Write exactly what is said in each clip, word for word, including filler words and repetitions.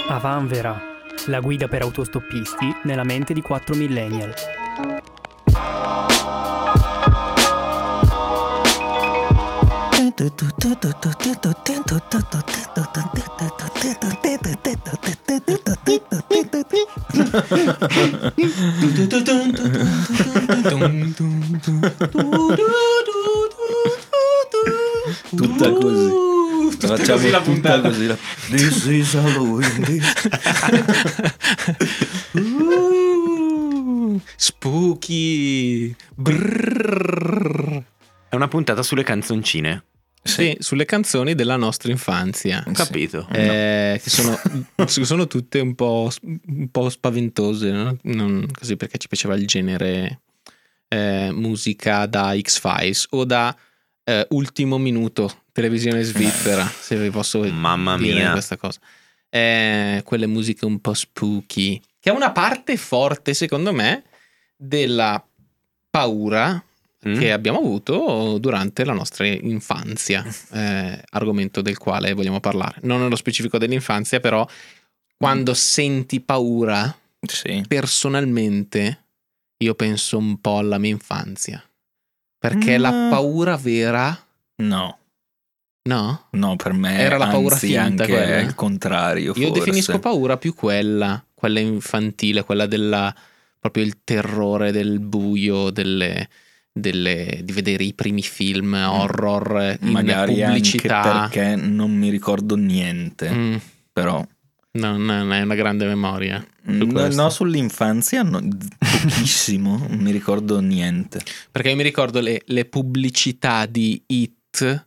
Avanvera, la guida per autostoppisti nella mente di quattro millennial. Tutta così. Tutta Facciamo così la tutta puntata. così la... This is Halloween. This... Uh, spooky. Brrr. È una puntata sulle canzoncine. Sì, sulle canzoni della nostra infanzia. Ho capito. Eh, che sono, sono tutte un po', un po' spaventose, no? Non così, perché ci piaceva il genere eh, musica da X-Files o da eh, Ultimo Minuto, televisione svizzera, se vi posso Mamma dire mia. questa cosa. Eh, quelle musiche un po' spooky, che è una parte forte, secondo me, della paura Mm? che abbiamo avuto durante la nostra infanzia, eh, argomento del quale vogliamo parlare. Non nello specifico dell'infanzia, però quando senti paura, Sì. personalmente io penso un po' alla mia infanzia, perché la Mm. paura vera, No, no? no, per me Era la paura anzi, finta anche quella? il contrario. Io forse. definisco paura più quella, quella infantile, quella della proprio il terrore del buio, delle, delle di vedere i primi film horror in magari pubblicità. anche perché non mi ricordo niente. Mm, Però no, non è una grande memoria. su no, questo. no, sull'infanzia no, pochissimo, non mi ricordo niente. Perché io mi ricordo le, le pubblicità di It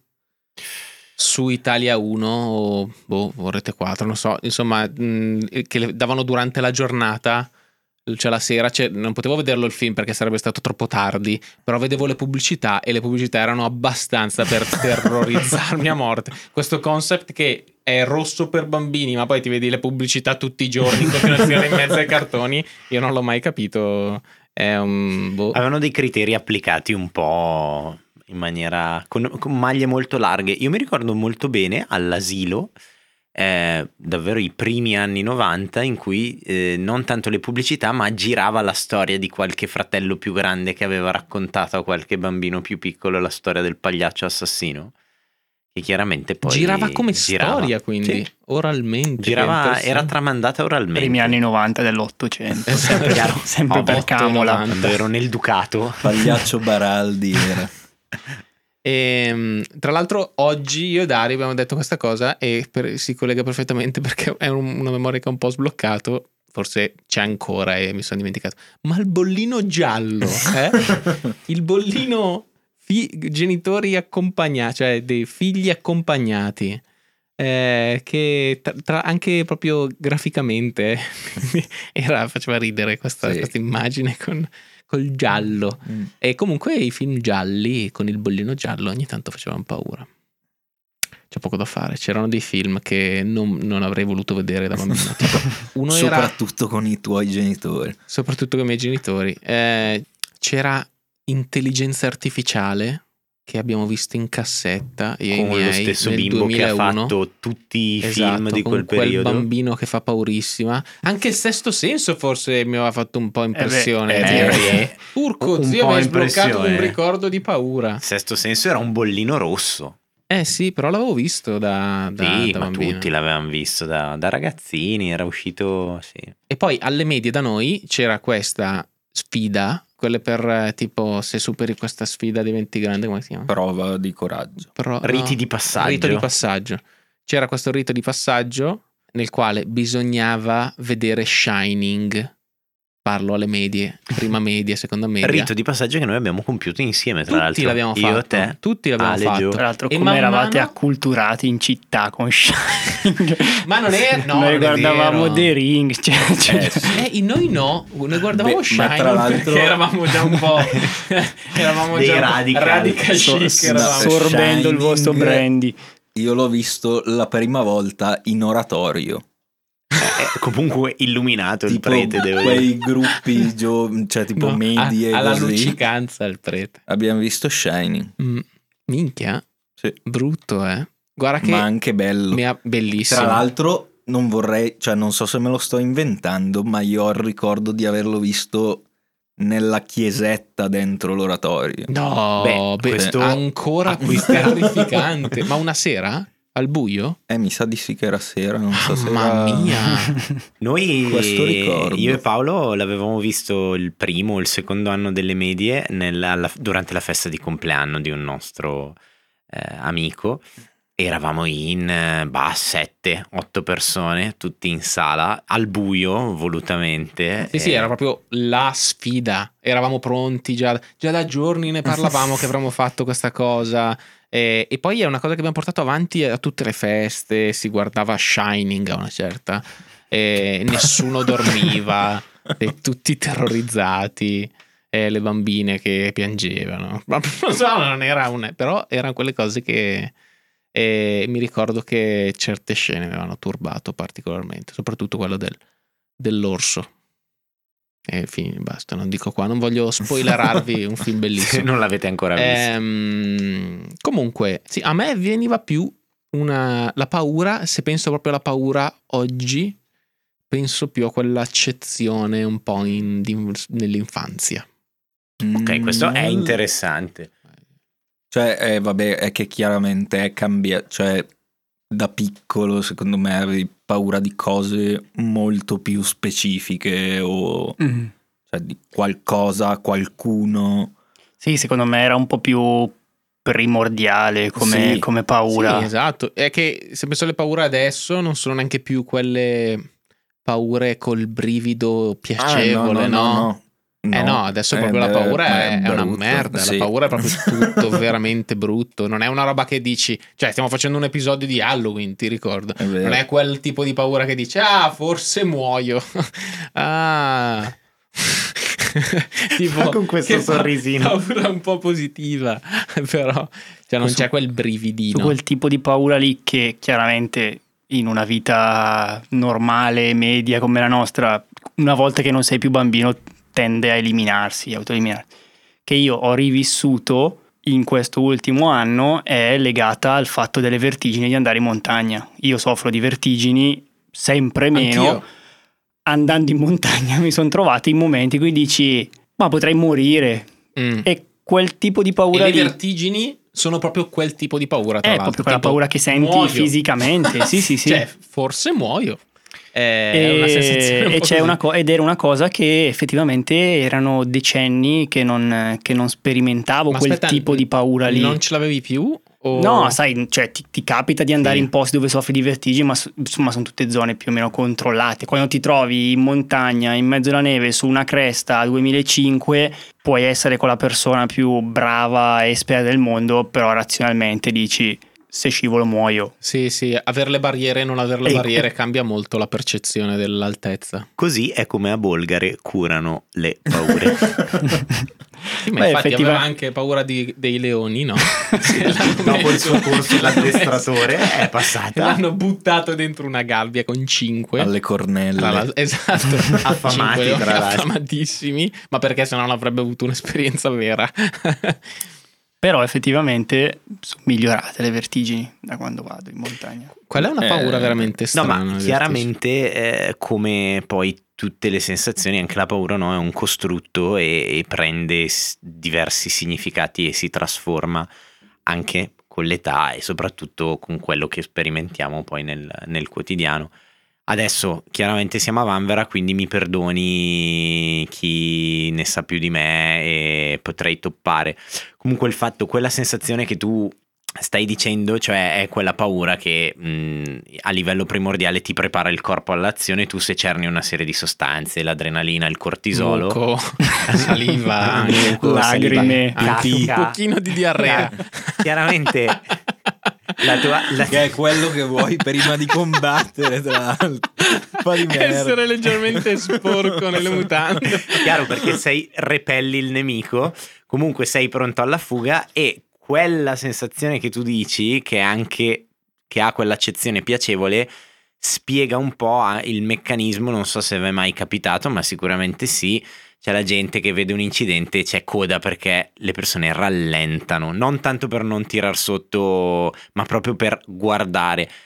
su Italia uno o boh, o Rete quattro, non so, insomma, mh, che le davano durante la giornata, cioè la sera, cioè, non potevo vederlo il film perché sarebbe stato troppo tardi, però vedevo le pubblicità e le pubblicità erano abbastanza per terrorizzarmi a morte. Questo concept che è rosso per bambini, ma poi ti vedi le pubblicità tutti i giorni in continuazione in mezzo ai cartoni, io non l'ho mai capito. È un boh. Avevano dei criteri applicati un po' in maniera con, con maglie molto larghe. Io mi ricordo molto bene all'asilo, eh, davvero i primi anni novanta, in cui eh, non tanto le pubblicità, ma girava la storia di qualche fratello più grande che aveva raccontato a qualche bambino più piccolo la storia del pagliaccio assassino, che chiaramente poi girava come girava. storia, quindi Sì. oralmente. Girava, Che era tramandata oralmente. Primi anni novanta dell'Ottocento, Esatto. sempre, sempre Oh, per otto, Camola. novanta. Quando ero nel Ducato. Pagliaccio Baraldi era. E, tra l'altro oggi io e Dario abbiamo detto questa cosa e per- si collega perfettamente perché è un- una memoria che ho un po' sbloccato, forse c'è ancora e mi sono dimenticato, ma il bollino giallo, eh? Il bollino fi- genitori accompagnati, cioè dei figli accompagnati, eh, che tra, tra- anche proprio graficamente era, faceva ridere questa, Sì. questa immagine con col giallo. Mm. E comunque i film gialli con il bollino giallo ogni tanto facevano paura. C'è poco da fare. C'erano dei film che non, non avrei voluto vedere da bambino. Tipo, uno era Soprattutto con i tuoi genitori. soprattutto con i miei genitori. Eh, c'era Intelligenza Artificiale che abbiamo visto in cassetta io e i Con lo miei stesso nel bimbo che ha duemilauno. fatto tutti i Esatto, film di con quel periodo. bambino che fa paurissima. Anche il Sesto Senso forse mi aveva fatto un po' impressione. Eh beh, Direi. eh beh, Urco, un zio, po' mi hai sbloccato impressione. un ricordo di paura. Sesto Senso era un bollino rosso. Eh sì, però l'avevo visto da, da, Sì, da ma bambino. tutti l'avevano visto da, da ragazzini, era uscito, sì. E poi alle medie da noi c'era questa sfida, quelle per eh, tipo se superi questa sfida diventi grande, come si chiama? Prova di coraggio. Però, Riti no, di passaggio. Rito di passaggio. C'era questo rito di passaggio nel quale bisognava vedere Shining. Parlo alle medie, prima media, seconda media. Rito di passaggio che noi abbiamo compiuto insieme, tra Tutti l'altro. l'abbiamo Io, fatto. te, Tutti l'abbiamo Ale, fatto. Gio. Tra l'altro, E come man eravate mano- acculturati in città con Shining. Ma non è- no, Noi non è guardavamo vero. The Ring. Cioè, cioè- Eh, noi no, noi guardavamo Beh, ma Shining tra l'altro- perché eravamo già un po' eravamo Dei già radical. radical So- chic, sì, eravamo. assorbendo il vostro Shining- brandy. Io l'ho visto la prima volta in oratorio. Eh, comunque illuminato il Tipo prete, devo dire. quei gruppi gio- cioè tipo No, medie a- alla così. luccicanza il prete. Abbiamo visto Shining. Mm, minchia, Sì. brutto, eh. Guarda che Ma anche bello. mi ha bellissimo. Tra l'altro non vorrei, cioè non so se me lo sto inventando, ma io ho il ricordo di averlo visto nella chiesetta dentro l'oratorio. No, Beh, beh, questo- ancora più terrificante. Ma una sera? Al buio? Eh, mi sa di sì che era sera, non so se Mamma era... mia. Noi, Questo ricordo. io e Paolo l'avevamo visto il primo o il secondo anno delle medie nella- alla- durante la festa di compleanno di un nostro eh, amico. Eravamo in eh, bah, sette, otto persone, tutti in sala, al buio, volutamente. Sì, sì, Eh, era proprio la sfida. Eravamo pronti già, già da giorni, ne parlavamo che avremmo fatto questa cosa. E, e poi è una cosa che abbiamo portato avanti a tutte le feste. Si guardava Shining a una certa, e nessuno dormiva, e tutti terrorizzati. E le bambine che piangevano. Ma non so, non era un. Però erano quelle cose che. E mi ricordo che certe scene mi avevano turbato particolarmente, soprattutto quello del, dell'orso. E fine, basta, non dico qua, non voglio spoilerarvi un film se bellissimo. non l'avete ancora visto. Ehm, comunque, sì, a me veniva più una, la paura, se penso proprio alla paura oggi, penso più a quell'accezione un po' in- di- nell'infanzia. Ok, questo è Mm, interessante. Cioè, eh, vabbè, è che chiaramente è cambiato. Cioè, da piccolo, secondo me, avevi paura di cose molto più specifiche o Mm. cioè, di qualcosa, qualcuno. Sì, secondo me era un po' più primordiale come, Sì. come paura. Sì, esatto. È che se penso alle paure adesso non sono neanche più quelle paure col brivido piacevole, Ah, no? Eh no, adesso proprio la beh, paura ma è, è una brutto, merda. sì. La paura è proprio tutto veramente brutto. Non è una roba che dici, cioè, stiamo facendo un episodio di Halloween, ti ricordo. È vero. Non è quel tipo di paura che dici, ah, forse muoio. ah. tipo, Con questo che pa- sorrisino. paura un po' positiva, però cioè, non Su- c'è quel Su brividino. quel tipo di paura lì che chiaramente in una vita normale, media come la nostra, una volta che non sei più bambino tende a eliminarsi, autoeliminarsi. Che io ho rivissuto in questo ultimo anno è legata al fatto delle vertigini di andare in montagna. Io soffro di vertigini sempre meno. Anch'io. Andando in montagna mi sono trovato in momenti in cui dici ma potrei morire, Mm. e quel tipo di E paura le lì vertigini sono proprio quel tipo di paura, tra è l'altro. proprio quella Tipo, paura che senti muoio. fisicamente. Sì, sì, sì. Cioè, forse muoio. È E, una sensazione un e po' c'è così. una co- ed era una cosa che effettivamente erano decenni che non, che non sperimentavo Ma quel aspetta, tipo di paura lì. Non ce l'avevi più? O... No, sai, cioè, ti, ti capita di andare Sì. in posti dove soffri di vertigini, ma s- insomma sono tutte zone più o meno controllate. Quando ti trovi in montagna, in mezzo alla neve, su una cresta a duemilacinque, puoi essere quella persona più brava e esperta del mondo, però razionalmente dici se scivolo muoio. Sì, sì, avere le barriere e non avere le E- barriere cambia molto la percezione dell'altezza. Così è come a Bolgare curano le paure. Sì, ma Beh, infatti effettiva- aveva anche paura di- dei leoni, no? Dopo il suo corso L'hanno l'addestratore messo- è passata. L'hanno buttato dentro una gabbia con cinque. Alle cornelle. Tra l'altro- esatto, Affamati, Cinque leoni tra l'altro. affamatissimi, ma perché sennò non avrebbe avuto un'esperienza vera. Però effettivamente sono migliorate le vertigini da quando vado in montagna. Quella è una paura Eh, veramente No, strana. ma chiaramente eh, come poi tutte le sensazioni, anche la paura, no, è un costrutto e, e prende s- diversi significati e si trasforma anche con l'età e soprattutto con quello che sperimentiamo poi nel, nel quotidiano. Adesso chiaramente siamo a Vanvera, quindi mi perdoni chi ne sa più di me e potrei toppare. Comunque il fatto, quella sensazione che tu stai dicendo, cioè è quella paura che mh, a livello primordiale ti prepara il corpo all'azione. Tu se cerni una serie di sostanze, l'adrenalina, il cortisolo, Muco, saliva, Muco, lacrime, saliva, un cacca. pochino di diarrea. Chiaramente la tua, la- Che è quello che vuoi prima di combattere, tra l'altro. Un po' di merda. Essere leggermente sporco nelle mutande. chiaro, perché sei repelli il nemico, comunque sei pronto alla fuga, e quella sensazione che tu dici, che anche che ha quell'accezione piacevole, spiega un po' il meccanismo. Non so se vi è mai capitato, ma sicuramente sì. C'è la gente che vede un incidente e c'è coda perché le persone rallentano, non tanto per non tirar sotto, ma proprio per guardare.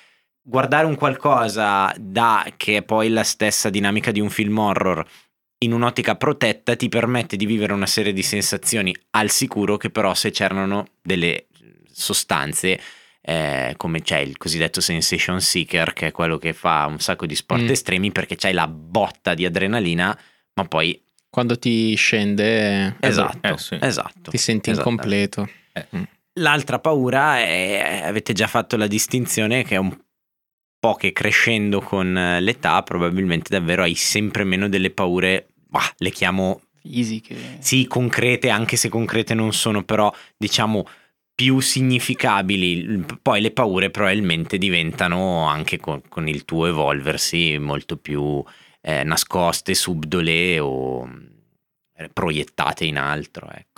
guardare un qualcosa da che è poi la stessa dinamica di un film horror in un'ottica protetta ti permette di vivere una serie di sensazioni al sicuro, che però se c'erano delle sostanze eh, come c'è il cosiddetto sensation seeker, che è quello che fa un sacco di sport Mm. estremi perché c'hai la botta di adrenalina, ma poi Quando ti scende esatto, eh, sì. esatto ti senti esattamente. incompleto. Eh, L'altra paura è, avete già fatto la distinzione, che è un po' che crescendo con l'età probabilmente davvero hai sempre meno delle paure, bah, le chiamo Fisiche. sì concrete, anche se concrete non sono, però diciamo più significabili. Poi le paure probabilmente diventano anche con, con il tuo evolversi molto più eh, nascoste, subdole o eh, proiettate in altro, ecco.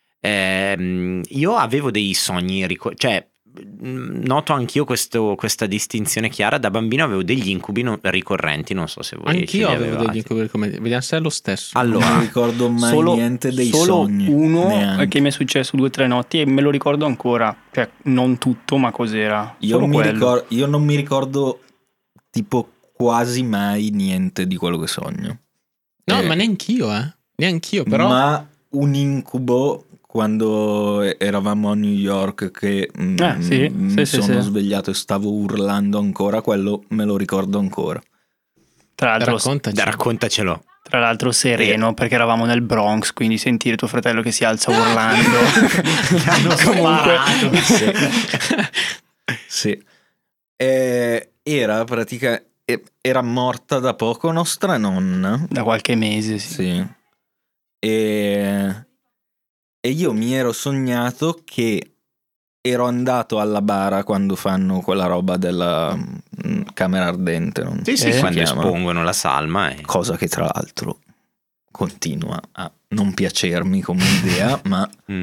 Ehm, io avevo dei sogni, ricor- cioè mh, noto anch'io questo, questa distinzione chiara. Da bambino avevo degli incubi no- ricorrenti, non so se voi ce Anch'io li avevo avevate. degli incubi come vediamo se è lo stesso. Allora, non mi ricordo mai Solo, niente dei solo sogni. uno neanche. che mi è successo due o tre notti e me lo ricordo ancora. Cioè, non tutto, ma cos'era. Io, Solo mi quello. ricor- io non mi ricordo tipo quasi mai niente di quello che sogno. No, Eh, ma neanch'io, eh. Neanch'io, però. Ma un incubo quando eravamo a New York che mm, Ah, sì, mi sì, sì, sono sì. svegliato e stavo urlando ancora, quello me lo ricordo ancora. Tra l'altro, Raccontaci. da- raccontacelo. tra l'altro sereno, perché eravamo nel Bronx, quindi sentire tuo fratello che si alza urlando. hanno Comunque, Sì. Sì. Eh, era pratica eh, era morta da poco nostra nonna. da qualche mese, sì. Sì. E, e io mi ero sognato che ero andato alla bara quando fanno quella roba della mm, camera ardente, non Sì, sì, Eh? si quando chiama. espongono la salma e... Cosa che tra l'altro continua a non piacermi come idea, ma Mm.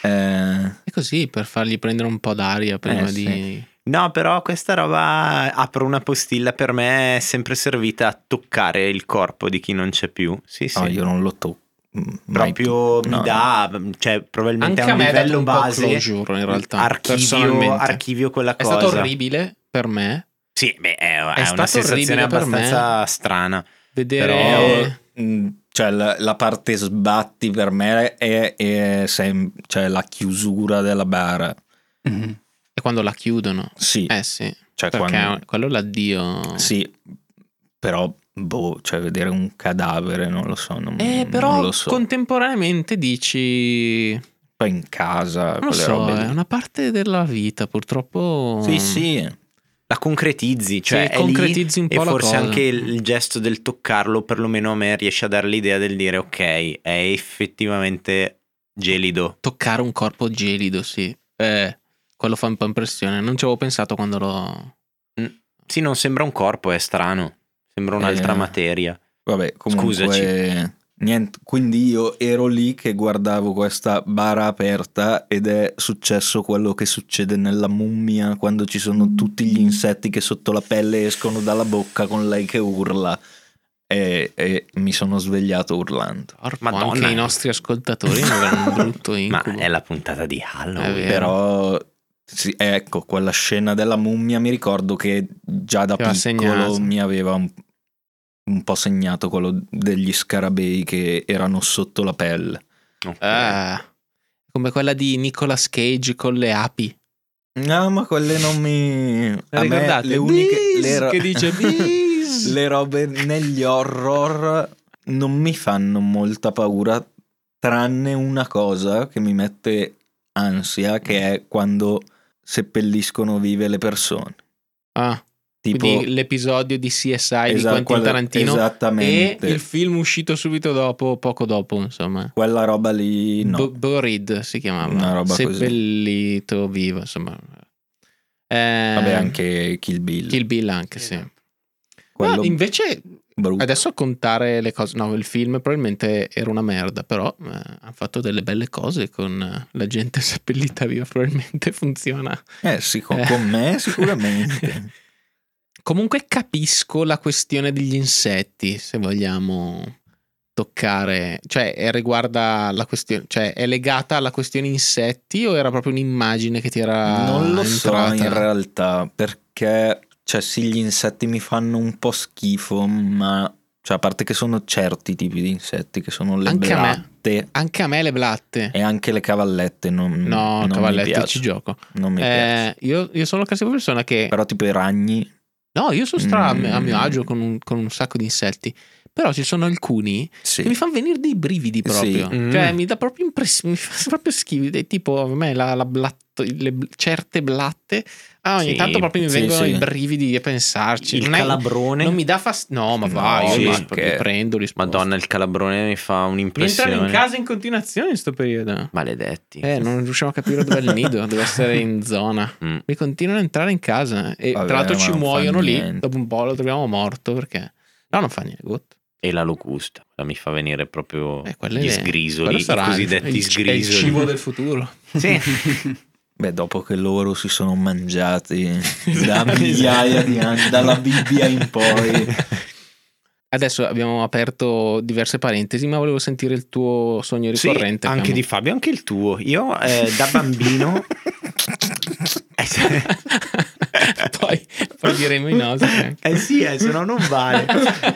eh, È così, per fargli prendere un po' d'aria prima Eh, di... sì. No, però questa roba, apro una postilla, per me è sempre servita a toccare il corpo di chi non c'è più. Sì, sì. no, io non lo tocco. mai Proprio to- mi no, dà, cioè probabilmente Anche a a un me ha dato livello un po' base, closure, in realtà, archivio, personalmente. archivio quella È cosa. stato orribile per me Sì, beh, è, è È una stato sensazione orribile per me. abbastanza strana. vedere... Però mm, cioè, la, la parte sbatti per me è, è sem- cioè, la chiusura della bara. Mhm. È quando la chiudono. Sì, Eh sì, cioè, perché quando- quello è l'addio. sì, però boh, cioè vedere un cadavere non lo so, non, Eh, però non lo so. contemporaneamente dici... Poi in casa, Non lo quelle so, robe è lì. una parte della vita, purtroppo... Sì, sì. La concretizzi, cioè Sì, è concretizzi lì, un po' e la forse cosa. anche il, il gesto del toccarlo, perlomeno a me, riesce a dare l'idea del dire ok, è effettivamente gelido. Toccare un corpo gelido, sì. Eh, quello fa un po' impressione. Non ci avevo pensato quando l'ho... Sì, non sembra un corpo, è strano, sembra un'altra Eh. materia. Vabbè, comunque Scusaci. niente, quindi io ero lì che guardavo questa bara aperta ed è successo quello che succede nella mummia quando ci sono tutti gli insetti che sotto la pelle escono dalla bocca con lei che urla e, e mi sono svegliato urlando. Porco, Madonna. anche i nostri ascoltatori ne avranno un brutto Ma incubo. è la puntata di Halloween. È vero. Però sì, ecco, quella scena della mummia mi ricordo che già da Ti aveva piccolo segnato. mi aveva un, un po' segnato quello degli scarabei che erano sotto la pelle. Ok. Eh, come quella di Nicolas Cage con le api. No, ma quelle non mi... La a me ricordate? le uniche... Bees, le, ro- che dice Bees. le robe negli horror non mi fanno molta paura, tranne una cosa che mi mette ansia, che è quando seppelliscono vive le persone. Ah, Tipo... quindi l'episodio di C S I di Esatto, Quentin quello- Tarantino e esattamente. il film uscito subito dopo, poco dopo, insomma. Quella roba lì, no. Bu- Buried si chiamava. Una roba così. Seppellito vivo, insomma. Eh, Vabbè, anche Kill Bill. Kill Bill anche, sì. Quello No, invece, brutto. adesso a contare le cose, no, il film probabilmente era una merda, però eh, hanno fatto delle belle cose con eh, la gente seppellita viva, probabilmente funziona. Eh sì, con, Eh. con me sicuramente. Comunque capisco la questione degli insetti, se vogliamo toccare, cioè è riguarda la questione, cioè è legata alla questione insetti o era proprio un'immagine che ti era Non lo so entrata? in realtà, perché Cioè sì, gli insetti mi fanno un po' schifo, ma cioè a parte che sono certi tipi di insetti, che sono le Anche a me. blatte Anche a me le blatte. e anche le cavallette non, No, non mi cavallette piace. ci gioco. Non mi piace. Eh, io, io sono la classica persona che... Però tipo i ragni, No, io sono stra a, Mm. a mio agio con un, con un sacco di insetti. Però ci sono alcuni sì. che mi fanno venire dei brividi proprio. Sì. Mm. Cioè mi dà proprio impressione, mi fa proprio schifo. Dei- Tipo a me la, la blatto, le bl- certe blatte, ah, ogni Sì, tanto proprio mi sì, vengono sì. i brividi a pensarci. Il non, è- calabrone. non mi dà fastidio. No, ma No, va, io sì, li, perché- li prendo, li sposto. Madonna, il calabrone mi fa Mi un'impressione. entrano in casa in continuazione in sto periodo. Maledetti. Eh, non riusciamo a capire dove è il nido, deve essere in zona. Mm. Mi continuano a entrare in casa e Vabbè, tra l'altro ma ci non fa muoiono lì. niente. Dopo un po' lo troviamo morto perché no, non fa niente. Good. E la locusta, quella mi fa venire proprio Eh, quelle gli le- sgrisoli, quello i sarà cosiddetti il, il sgrisoli. cibo del futuro. Sì. Beh, dopo che loro si sono mangiati da migliaia di anni, dalla Bibbia in poi. Adesso abbiamo aperto diverse parentesi, ma volevo sentire il tuo sogno Sì, ricorrente. anche Camo. di Fabio, anche il tuo. Io eh, da bambino poi, poi diremo i nostri. Eh sì, eh, se no non vale.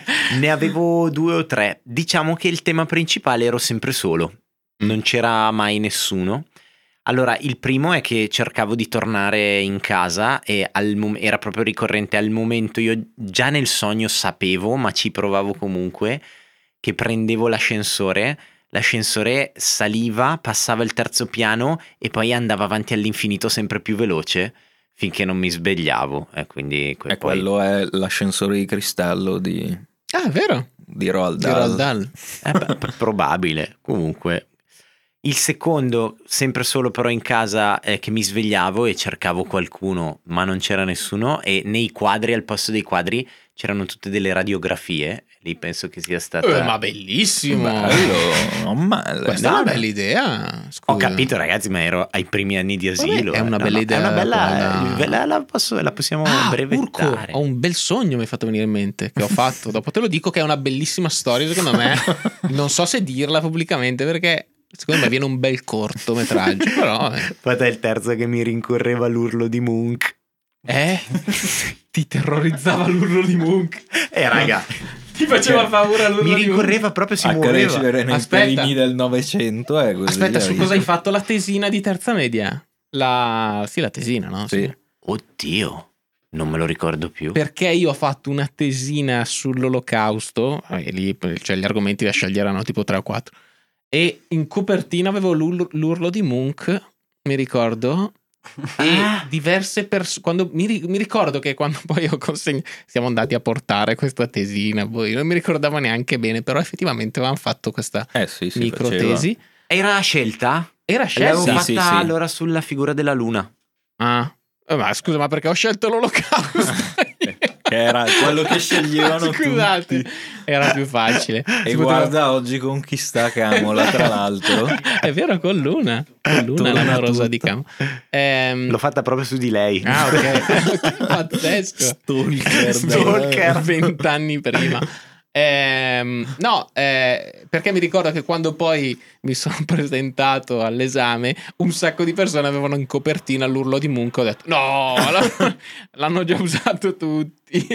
Ne avevo due o tre. Diciamo che il tema principale ero sempre solo, non c'era mai nessuno. Allora, il primo è che cercavo di tornare in casa e al mom- era proprio ricorrente al momento, io già nel sogno sapevo, ma ci provavo comunque, che prendevo l'ascensore, l'ascensore saliva, passava il terzo piano e poi andava avanti all'infinito sempre più veloce finché non mi svegliavo. E quindi que- E poi- quello è l'ascensore di cristallo di, Ah, è vero. di Roald Di Dahl. Roald Dahl. Eh, p- p- probabile, comunque. Il secondo, sempre solo però in casa, è che mi svegliavo e cercavo qualcuno, ma non c'era nessuno, e nei quadri, al posto dei quadri, c'erano tutte delle radiografie. Lì penso che sia stata... Eh, ma bellissimo. Bello, non male. Questa è una bella idea. Scusa. Ho capito, ragazzi, ma ero ai primi anni di asilo. Vabbè, è una eh. bella No, no, idea, È una bella... quella- ve La, la posso- la possiamo Ah, brevettare. Urco, ho un bel sogno, mi hai fatto venire in mente, che ho fatto. Dopo te lo dico che è una bellissima storia, secondo me. Non so se dirla pubblicamente perché secondo me viene un bel cortometraggio, però... eh. Poi è il terzo che mi rincorreva l'urlo di Munch. Eh? Ti terrorizzava l'urlo di Munch? Eh, raga, Ti faceva paura l'urlo mi di rincorreva proprio, si A muoveva. crescere nei Aspetta. primi del Novecento è così. Aspetta, su hai cosa hai visto? fatto la tesina di terza media? La... Sì, la tesina, no? Sì. Oddio, non me lo ricordo più. Perché io ho fatto una tesina sull'olocausto, e lì cioè, gli argomenti da scegliere erano tipo tre o quattro, e in copertina avevo l'ur- l'urlo di Munch, mi ricordo, e Ah. diverse persone, quando mi, ri- mi ricordo che quando poi ho consegnato, siamo andati a portare questa tesina, poi non mi ricordavo neanche bene, però effettivamente avevamo fatto questa Eh sì, si micro faceva. tesi, Era la scelta? era L'avevo scelta. Sì, fatta sì, sì. allora sulla figura della luna. Ah, eh, ma scusa, ma perché ho scelto l'olocausto? Che era quello che sceglievano Scusate, tutti. era più facile. E Si poteva- guarda oggi con chi sta Camola, tra l'altro. È vero, con Luna, con Luna Torna l'amorosa tutto. di Camo. Ehm, L'ho fatta proprio su di lei. Ah, ok. Pazzesco. Stalker. Stalker. Vent'anni prima. Ehm, no, eh, perché mi ricordo che quando poi mi sono presentato all'esame, un sacco di persone avevano in copertina l'urlo di Munch. Ho detto: no, l'hanno, l'hanno già usato tutti.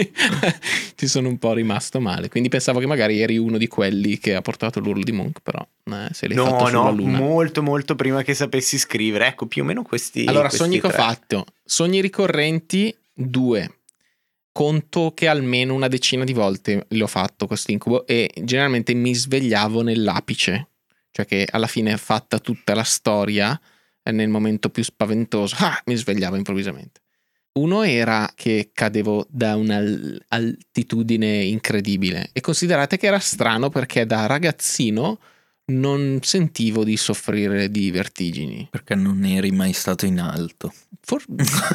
Ci sono un po' rimasto male. Quindi pensavo che magari eri uno di quelli che ha portato l'urlo di Munch, però eh, se l'hai No, fatto sulla no, Luna. molto molto prima che sapessi scrivere. Ecco, più o meno questi. Allora, questi sogni che ho tre. fatto. Sogni ricorrenti, due. Conto che almeno una decina di volte l'ho fatto questo incubo e generalmente mi svegliavo nell'apice. Cioè che alla fine, fatta tutta la storia, eh, nel momento più spaventoso, ah, mi svegliavo improvvisamente. Uno era che cadevo da un'altitudine incredibile e considerate che era strano perché da ragazzino non sentivo di soffrire di vertigini. Perché non eri mai stato in alto. For-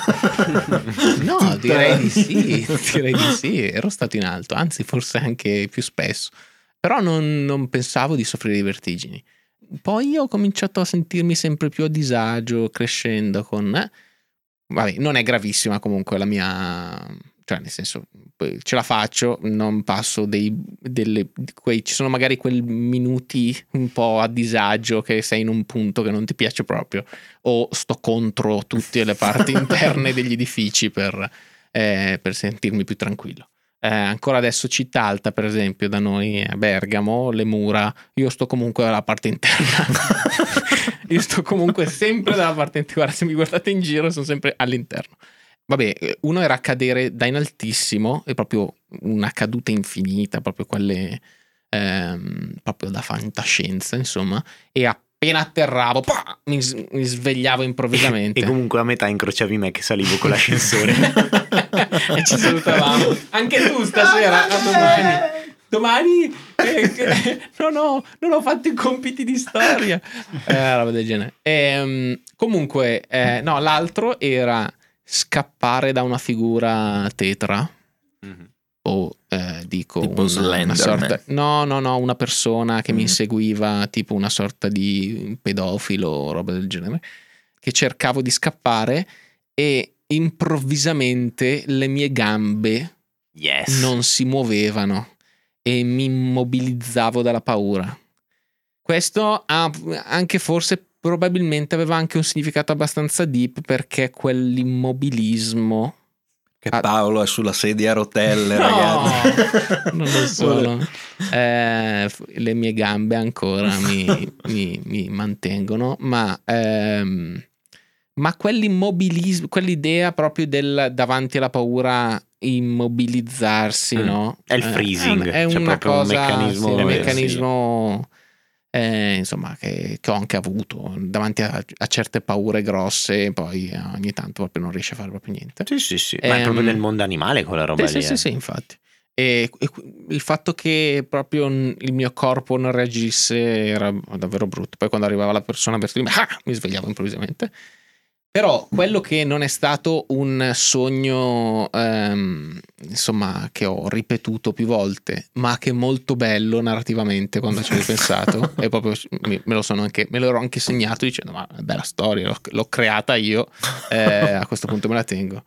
no, direi di sì, direi di sì, ero stato in alto, anzi forse anche più spesso, però non, non pensavo di soffrire di vertigini. Poi ho cominciato a sentirmi sempre più a disagio crescendo con... eh, vabbè, non è gravissima comunque la mia... cioè nel senso ce la faccio, non passo dei delle, quei, ci sono magari quei minuti un po' a disagio che sei in un punto che non ti piace proprio o sto contro tutte le parti interne degli edifici per eh, per sentirmi più tranquillo. Eh, ancora adesso Città Alta, per esempio, da noi a Bergamo, le mura, io sto comunque dalla parte interna. Io sto comunque sempre dalla parte interna. Guarda, se mi guardate in giro sono sempre all'interno. Vabbè, uno era cadere da in altissimo, è proprio una caduta infinita, proprio quelle ehm, proprio da fantascienza, insomma, e appena atterravo pah, mi, mi svegliavo improvvisamente. E comunque a metà incrociavi me che salivo con l'ascensore. E ci salutavamo. Anche tu stasera, a domani. Domani eh, eh, non, ho, non ho fatto i compiti di storia. Eh, roba del genere. E, um, comunque, eh, no, l'altro era scappare da una figura tetra. Mm-hmm. O eh, dico tipo una, una sorta, Man. no no no una persona che mm. mi inseguiva, tipo una sorta di pedofilo o roba del genere, che cercavo di scappare e improvvisamente le mie gambe yes. non si muovevano e mi immobilizzavo dalla paura. Questo ha anche forse probabilmente aveva anche un significato abbastanza deep, perché quell'immobilismo che Paolo è sulla sedia a rotelle, no, ragazzi. Non lo sono. Eh, le mie gambe ancora mi, mi, mi mantengono, ma, ehm, ma quell'immobilismo, quell'idea proprio del davanti alla paura immobilizzarsi, mm. no? È il freezing, eh, è, è c'è una proprio cosa, un meccanismo, sì, un eh, meccanismo eh, insomma che, che ho anche avuto davanti a, a certe paure grosse, poi ogni tanto proprio non riesci a fare proprio niente. Sì, sì, sì. Ehm, ma è proprio nel mondo animale quella roba sì, lì. Sì, eh. sì, sì, infatti. E, e il fatto che proprio il mio corpo non reagisse era davvero brutto. Poi quando arrivava la persona verso di me, ah, mi svegliavo improvvisamente. Però quello che non è stato un sogno ehm, insomma che ho ripetuto più volte, ma che è molto bello narrativamente quando ci ho pensato, e proprio me lo sono anche me l'ero anche segnato dicendo ma è bella storia, l'ho, l'ho creata io, eh, a questo punto me la tengo.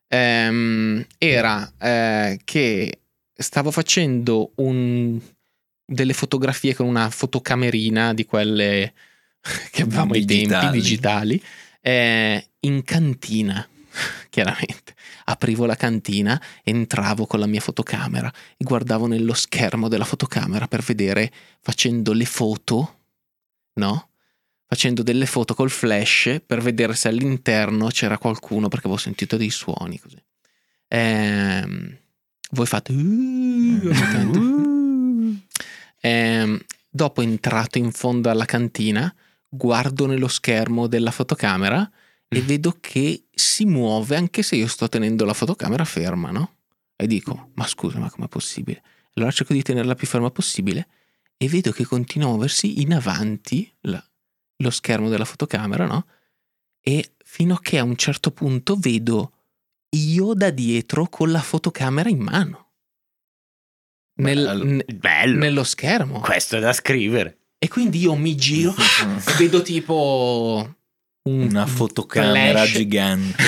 Ehm, era eh, che stavo facendo un, delle fotografie con una fotocamerina di quelle che avevamo ai tempi, digitali. Eh, in cantina, chiaramente aprivo la cantina, entravo con la mia fotocamera e guardavo nello schermo della fotocamera per vedere, facendo le foto, no? Facendo delle foto col flash per vedere se all'interno c'era qualcuno, perché avevo sentito dei suoni così. Ehm, voi fate uh, ehm, dopo entrato in fondo alla cantina, guardo nello schermo della fotocamera e vedo che si muove anche se io sto tenendo la fotocamera ferma, no? E dico, ma scusa, ma com'è possibile? Allora cerco di tenerla più ferma possibile e vedo che continua a muoversi in avanti la, lo schermo della fotocamera, no? E fino a che a un certo punto vedo io da dietro con la fotocamera in mano. Nel, bello, n- bello. Nello schermo. Questo è da scrivere. E quindi io mi giro e vedo tipo un, una fotocamera flash. gigante.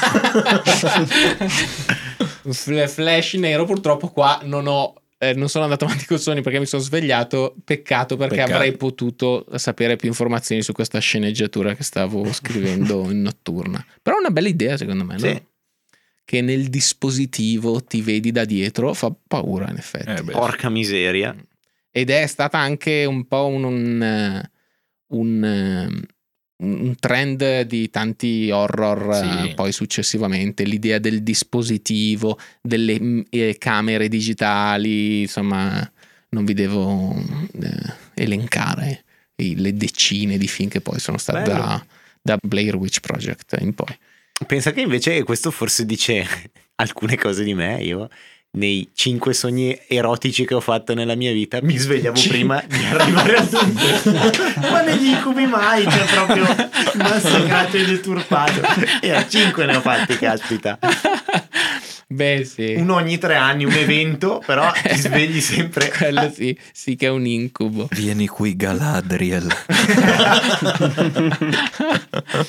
Un flash nero. Purtroppo qua non ho eh, non sono andato avanti con Sony perché mi sono svegliato. Peccato, perché Peccato. avrei potuto sapere più informazioni su questa sceneggiatura che stavo scrivendo in notturna. Però è una bella idea, secondo me, sì. no? Che nel dispositivo ti vedi da dietro, fa paura in effetti. Eh beh, porca miseria. Ed è stata anche un po' un, un, un, un trend di tanti horror, sì. poi successivamente, l'idea del dispositivo, delle eh, camere digitali, insomma non vi devo eh, elencare le decine di film che poi sono stati da, da Blair Witch Project in poi. Pensa che invece questo forse dice alcune cose di me. Io nei cinque sogni erotici che ho fatto nella mia vita mi svegliavo C- prima di arrivare al dunque. Ma negli incubi mai, cioè proprio massacrato e deturpato. E a cinque ne ho fatti, caspita. Beh sì. Uno ogni tre anni, un evento, però ti svegli sempre. Quello sì, sì che è un incubo. Vieni qui Galadriel.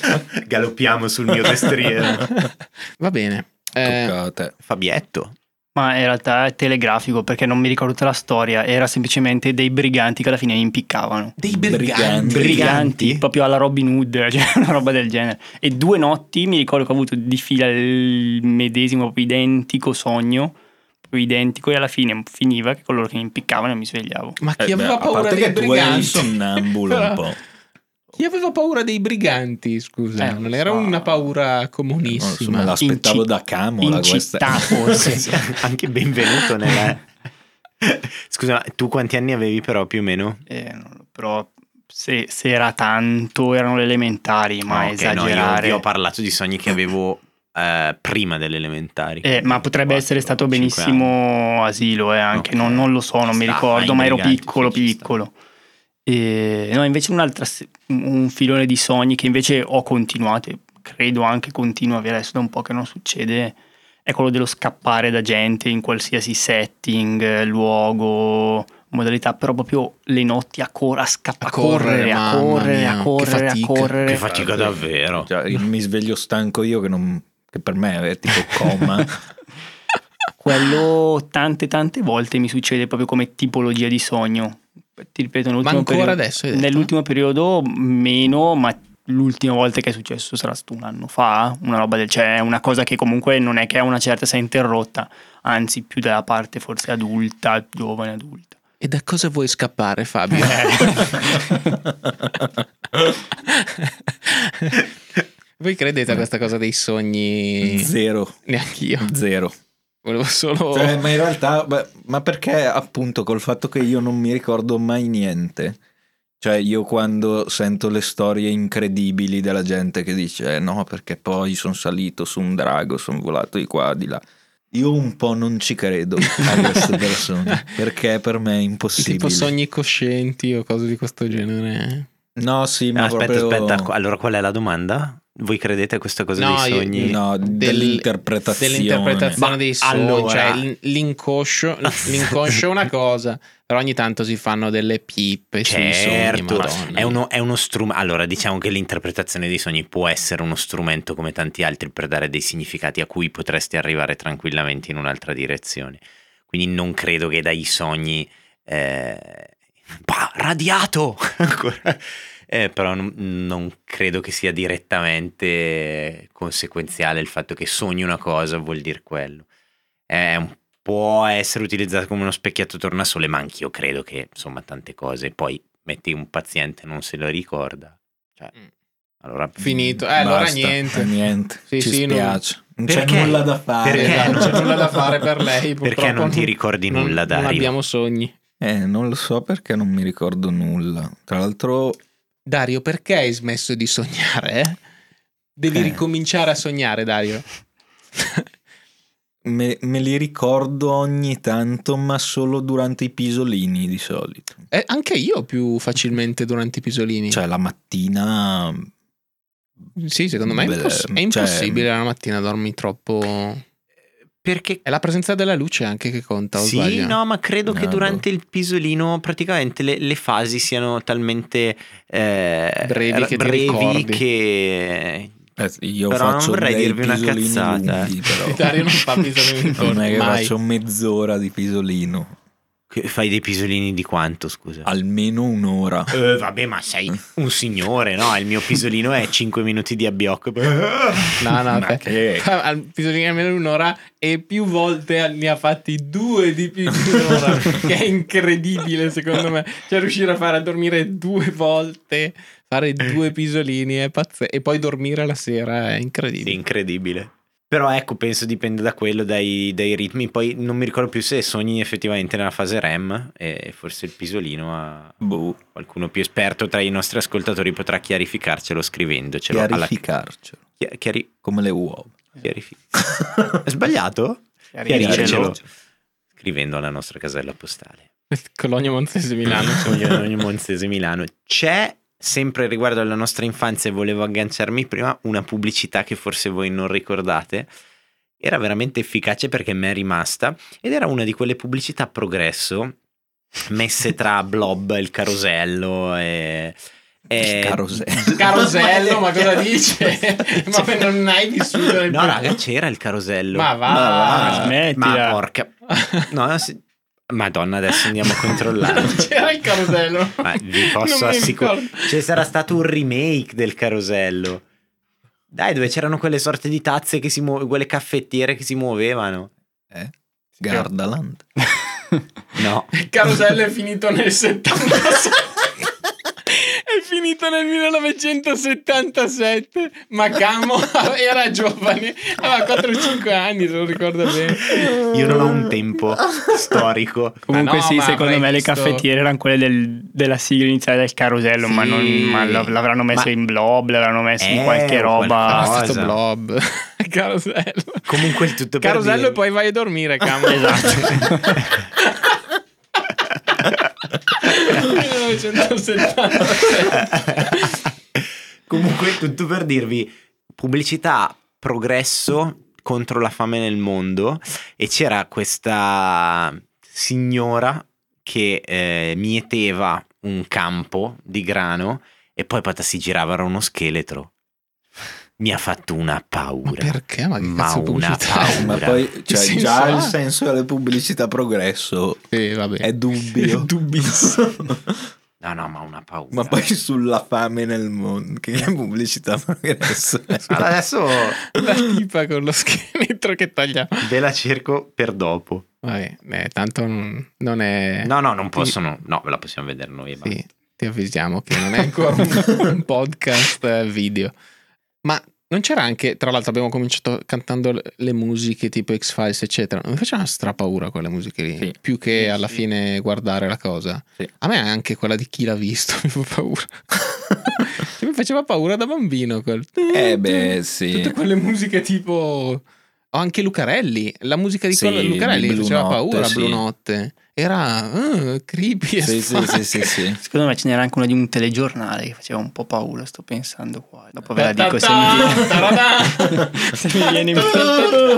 Galoppiamo sul mio destriero. Va bene. Tocca a te. Fabietto, Ma in realtà è telegrafico, perché non mi ricordo tutta la storia, era semplicemente dei briganti che alla fine mi impiccavano. Dei briganti? Briganti, proprio alla Robin Hood, cioè una roba del genere. E due notti mi ricordo che ho avuto di fila il medesimo, proprio identico sogno, proprio identico, e alla fine finiva che con loro che mi impiccavano e mi svegliavo. Ma chi Eh, aveva beh, paura a parte dei che tu eri briganti? sonnambulo un Però- po'. Chi aveva paura dei briganti, scusa? Eh, non non so. era una paura Non so, comunissima. me l'aspettavo In ci- da Camola in questa. città forse. Anche benvenuto nella... Scusa, ma tu quanti anni avevi però più o meno? Eh, non- però se, se era tanto erano le elementari, ma Ah, ok, no, esagerare. io, io ho parlato di sogni che avevo eh, prima delle elementari. Eh, ma potrebbe quattro, essere stato cinque benissimo asilo, eh, anche Ok. non, non lo so, non Ci mi sta, ricordo, ai ma ero briganti, piccolo, sì, ci sta. piccolo. E, no, invece un'altra, se- un filone di sogni che invece ho continuato, e credo anche continua adesso da un po' che non succede, è quello dello scappare da gente in qualsiasi setting, eh, luogo, modalità, però proprio le notti a, cor- a scappare, A correre, a mamma correre, mia, a che correre, a fatica. correre. Che fatica davvero. Cioè, io mi sveglio stanco io che, non, che per me è tipo coma. Quello tante tante volte mi succede proprio come tipologia di sogno. Ti ripeto, Ma nell'ultimo ancora periodo, adesso hai detto? nell'ultimo periodo meno, ma l'ultima volta che è successo sarà stato un anno fa, una roba del, cioè è una cosa che comunque non è che a una certa si è interrotta, anzi più dalla parte forse adulta, giovane adulta. E da cosa vuoi scappare, Fabio? Voi credete a questa cosa dei sogni? Zero. Neanch'io. Zero. Volevo solo... Cioè, ma in realtà, beh, ma perché appunto col fatto che io non mi ricordo mai niente? Cioè, io quando sento le storie incredibili della gente che dice eh, no, perché poi sono salito su un drago, sono volato di qua, di là. Io un po' non ci credo a queste persone, perché per me è impossibile. Tipo sogni coscienti o cose di questo genere. No, sì, ma aspetta, proprio... aspetta, allora qual è la domanda? Voi credete a questa cosa No, dei io- sogni? No, Del- dell'interpretazione. Dell'interpretazione Ma dei sogni, allora- cioè l- l'inconscio, l'inconscio è una cosa, però ogni tanto si fanno delle pippe sui sogni, Certo, Madonna. è uno, è uno strumento. Allora, diciamo che l'interpretazione dei sogni può essere uno strumento come tanti altri per dare dei significati a cui potresti arrivare tranquillamente in un'altra direzione. Quindi non credo che dai sogni eh, bah, radiato eh, però non, non credo che sia direttamente conseguenziale il fatto che sogni una cosa vuol dire quello. È un può essere utilizzato come uno specchietto tornasole, ma anch'io credo che insomma tante cose, poi metti un paziente e non se lo ricorda, cioè, Mm. allora Finito, eh, allora Basta, niente. eh, niente. Sì, ci sì, non- spiace. Non, c'è Perché? nulla da fare. Perché? Esatto, non c'è nulla da fare per lei. Perché purtroppo non ti ricordi non- nulla, Dario? Non abbiamo sogni. Eh, non lo so perché non mi ricordo nulla. Tra l'altro, Dario, perché hai smesso di sognare? eh? Devi Eh. ricominciare a sognare, Dario. me, me li ricordo ogni tanto, ma solo durante i pisolini di solito. Eh, anche io più facilmente durante i pisolini. Cioè, la mattina. Sì, secondo me è, Beh, imposs- è cioè- impossibile la mattina dormi troppo. Perché È la presenza della luce anche che conta, o sì, sbaglio? no, ma credo che No, durante il pisolino praticamente le, le fasi siano talmente eh, Brevi che ti brevi ricordi. che Eh, io Però non faccio vorrei dei dirvi una pisolini cazzata, lunghi, però. Dario non fa pisolini Non è che mai. faccio mezz'ora di pisolino. che fai dei pisolini di quanto, scusa? Almeno un'ora. Eh, vabbè, ma sei un signore, no? Il mio pisolino è cinque minuti di abbiocco. No, no, Ma aspetta. che- Al pisolino almeno un'ora e più volte ne ha fatti due di più di un'ora, che è incredibile secondo me. Cioè riuscire a fare a dormire due volte, fare due pisolini è pazzesco, e poi dormire la sera è Sì, incredibile. incredibile. Però ecco, penso dipende da quello, dai, dai ritmi. Poi non mi ricordo più se sogni effettivamente nella fase R E M e forse il pisolino a Boh, qualcuno più esperto tra i nostri ascoltatori potrà chiarificarcelo scrivendocelo. alla- chiarificarcelo. Chi- chiari- Come le uova. chiarifi- È sbagliato? Chiaricelo. Chiaricelo. Scrivendo alla nostra casella postale. Cologno Monzese Milano. Ogni Monzese Milano. C'è sempre riguardo alla nostra infanzia, e volevo agganciarmi prima, una pubblicità che forse voi non ricordate. Era veramente efficace perché mi è rimasta, ed era una di quelle pubblicità a progresso messe tra Blob, il carosello e Eh, Carosello. Carosello, ma cosa dice? Ma non hai vissuto nel No, raga, c'era il carosello. Ma va, Ma va. Smettila. Ma porca. No, sì. Madonna, adesso andiamo a controllare. c'era il carosello. Ma vi posso Non mi assicurare. ricordo. C'è sarà stato un remake del carosello. Dai, dove c'erano quelle sorte di tazze che si muovevano, quelle caffettiere che si muovevano. Eh? Gardaland. No. Il carosello è finito nel settantasei. È finito nel millenovecentosettantasette. Ma Camo era giovane, aveva quattro o cinque anni, se non ricordo bene. Io non ho un tempo storico. Comunque Ma no, sì, ma secondo avrai me le visto- caffettiere erano quelle del- della sigla iniziale del carosello, Sì. ma, non, ma l'av- l'avranno messo Ma- in blob, l'avranno messo in Eh, qualche o roba. qualcosa. Questo blob. Carosello. Comunque il tutto per Carosello dire- e poi vai a dormire, Camo. Esatto. millenovecentosettantasette. Comunque tutto per dirvi pubblicità, progresso contro la fame nel mondo, e c'era questa signora che eh, mieteva un campo di grano e poi pata si girava, era uno scheletro. Mi ha fatto una paura. Ma perché? Ma che Ma cazzo di una pubblicità è? paura. Ma poi cioè, senso già ha? il senso delle pubblicità progresso Sì, vabbè. è dubbio. Dubbissimo. No, no, ma una paura. Ma poi sulla fame nel mondo, che pubblicità progresso. Allora, adesso La tipa con lo scheletro che taglia. ve la cerco per dopo. Vabbè, eh, tanto non, non è... No, no, non Ti- possono. No, ve la possiamo vedere noi. e Sì, ti avvisiamo che non è ancora un, un podcast eh, video. Ma non c'era anche, tra l'altro abbiamo cominciato cantando le- le musiche tipo X-Files eccetera, non mi faceva una strapaura quelle musiche lì, Sì. più che Sì, alla sì. fine guardare la cosa. Sì. A me anche quella di Chi l'ha visto mi fa paura. Cioè, mi faceva paura da bambino quel... Eh beh, sì. Tutte quelle musiche tipo... O anche Lucarelli, la musica di Sì, quello Lucarelli di mi Blu faceva Notte, paura, sì. Blu Notte. Era uh, creepy Sì, as sì, fuck. sì, sì, sì. Secondo me ce n'era anche una di un telegiornale che faceva un po' paura, sto pensando qua. Dopo ve la dico se mi viene, Ta-ta-ta! se mi viene in mente.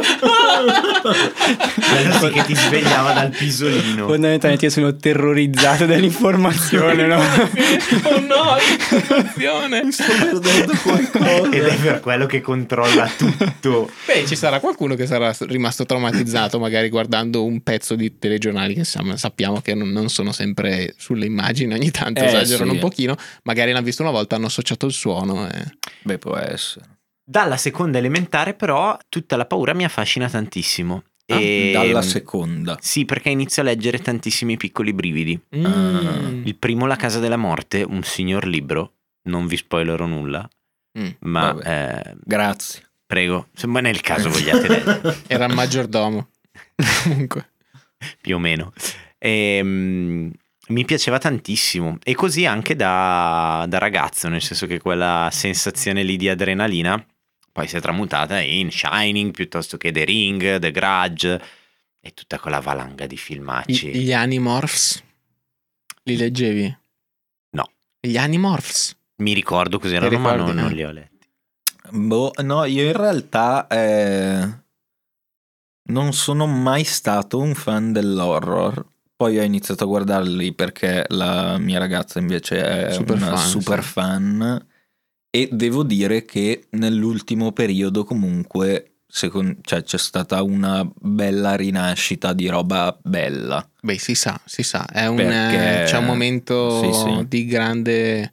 Quello sì che ti svegliava dal pisolino. Fondamentalmente io sono terrorizzato dall'informazione, no? Oh no, l'informazione. Sto perdendo qualcosa. Ed è per quello che controlla tutto. Beh, ci sarà qualcuno che sarà rimasto traumatizzato magari guardando un pezzo di telegiornali che sa- sappiamo che non, non sono sempre sulle immagini, ogni tanto Eh, esagerano sì. un pochino, magari l'hanno visto una volta, hanno associato il suono e... Beh, può essere. Dalla seconda elementare, però, tutta la paura mi affascina tantissimo. E... Ah, dalla seconda. Sì, perché inizio a leggere tantissimi piccoli brividi. Mm. Il primo, La casa della morte, un signor libro. Non vi spoilerò nulla, Mm. ma Vabbè. eh, Grazie. prego, se ma nel caso vogliate leggere, Era il maggiordomo. Comunque. più o meno. Ehm, mi piaceva tantissimo, e così anche da, da ragazzo, nel senso che quella sensazione lì di adrenalina poi si è tramutata in Shining piuttosto che The Ring, The Grudge e tutta quella valanga di filmacci. I- Gli Animorphs li leggevi? No. Gli Animorphs. Mi ricordo cos'erano, Ti ma ricordi, non, eh? non li ho letti. Boh, no, io in realtà eh, non sono mai stato un fan dell'horror. Poi ho iniziato a guardarli perché la mia ragazza invece è Super una fan, super sì. fan. E devo dire che nell'ultimo periodo comunque secon- cioè, c'è stata una bella rinascita di roba bella. Beh, si sa, si sa, è un, Perché- eh, c'è un momento sì, sì. di grande,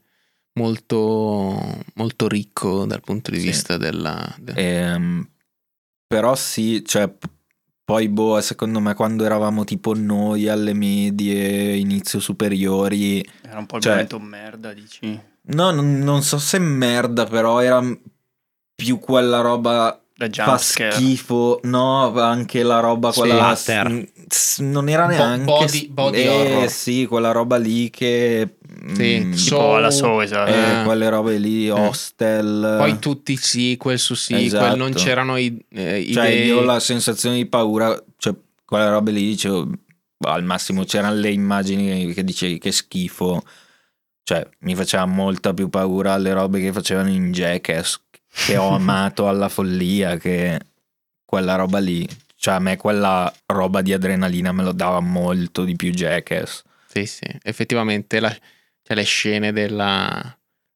molto, molto ricco dal punto di Sì. vista della... de- Ehm, però sì, cioè p- poi boh, secondo me quando eravamo tipo noi alle medie, inizio superiori, Era un po' il Cioè- momento merda, dici. no, non, non so se merda, però era m- più quella roba Da fa jumpscare. schifo, no, anche la roba Sì, quella splatter. s- s- non era Bo- neanche body- body eh, horror. sì, quella roba lì che Sì, mm, so- Tipo alla So, esatto. eh, eh. quelle robe lì, Hostel. Poi tutti i sequel su sequel, Esatto. non c'erano i, eh, Cioè idee... io ho la sensazione di paura, cioè quelle robe lì dicevo, boh, al massimo c'erano le immagini che dicevi che schifo, cioè mi faceva molta più paura le robe che facevano in Jackass, che ho amato alla follia, che quella roba lì, cioè a me quella roba di adrenalina me lo dava molto di più Jackass. Sì, sì, effettivamente la- cioè le scene della,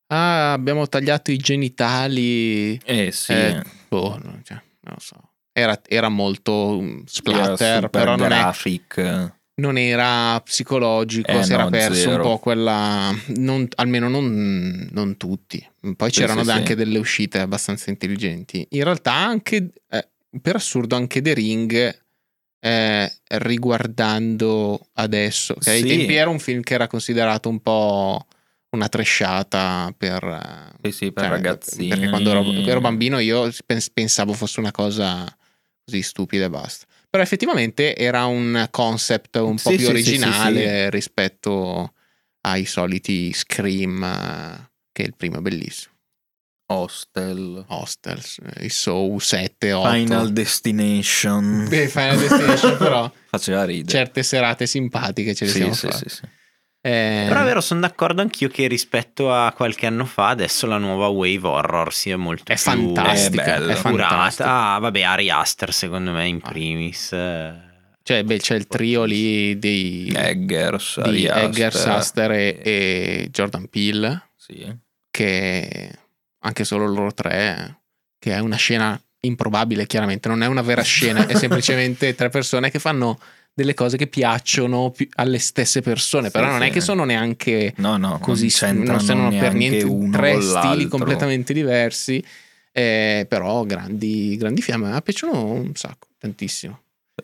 ah, abbiamo tagliato i genitali. Eh sì, Eh, boh, non, cioè, non lo so. Era, era molto um, splatter, era super però non, è, graphic. non era psicologico, Eh, si era no, perso zero. un po' quella. Non, almeno non, non tutti. Poi Sì, c'erano sì, anche sì. delle uscite abbastanza intelligenti. In realtà, anche eh, per assurdo, anche The Ring. Eh, riguardando adesso, che ai Sì. tempi era un film che era considerato un po' una tresciata per, Sì, sì, per cioè, ragazzini. perché quando ero, ero bambino io pens- pensavo fosse una cosa così stupida e basta, però effettivamente era un concept un po' Sì, più sì, sì, sì, originale sì. rispetto ai soliti Scream, eh, che il primo è bellissimo. Hostel, Hostels, i Saw sette, otto, Final Destination. Beh, Final Destination però Faceva ridere. certe serate simpatiche ce le Sì, siamo sì, fatte. sì, sì. Eh, Però è vero, sono d'accordo anch'io che rispetto a qualche anno fa adesso la nuova wave horror sia molto È più fantastica, è bella. è fantastica. curata. Ah, vabbè, Ari Aster secondo me in primis. eh, Cioè, beh, c'è il trio lì dei Eggers, di Ari Eggers, Aster. Aster e, e Jordan Peele, Sì. che anche solo loro tre, che è una scena improbabile, chiaramente non è una vera scena, è semplicemente tre persone che fanno delle cose che piacciono più alle stesse persone, Sì, però non sì. è che sono neanche No, no, così, non c'entrano non sono per neanche niente uno tre con stili l'altro. completamente diversi, eh, però grandi, grandi fiamme, a me piacciono un sacco, tantissimo.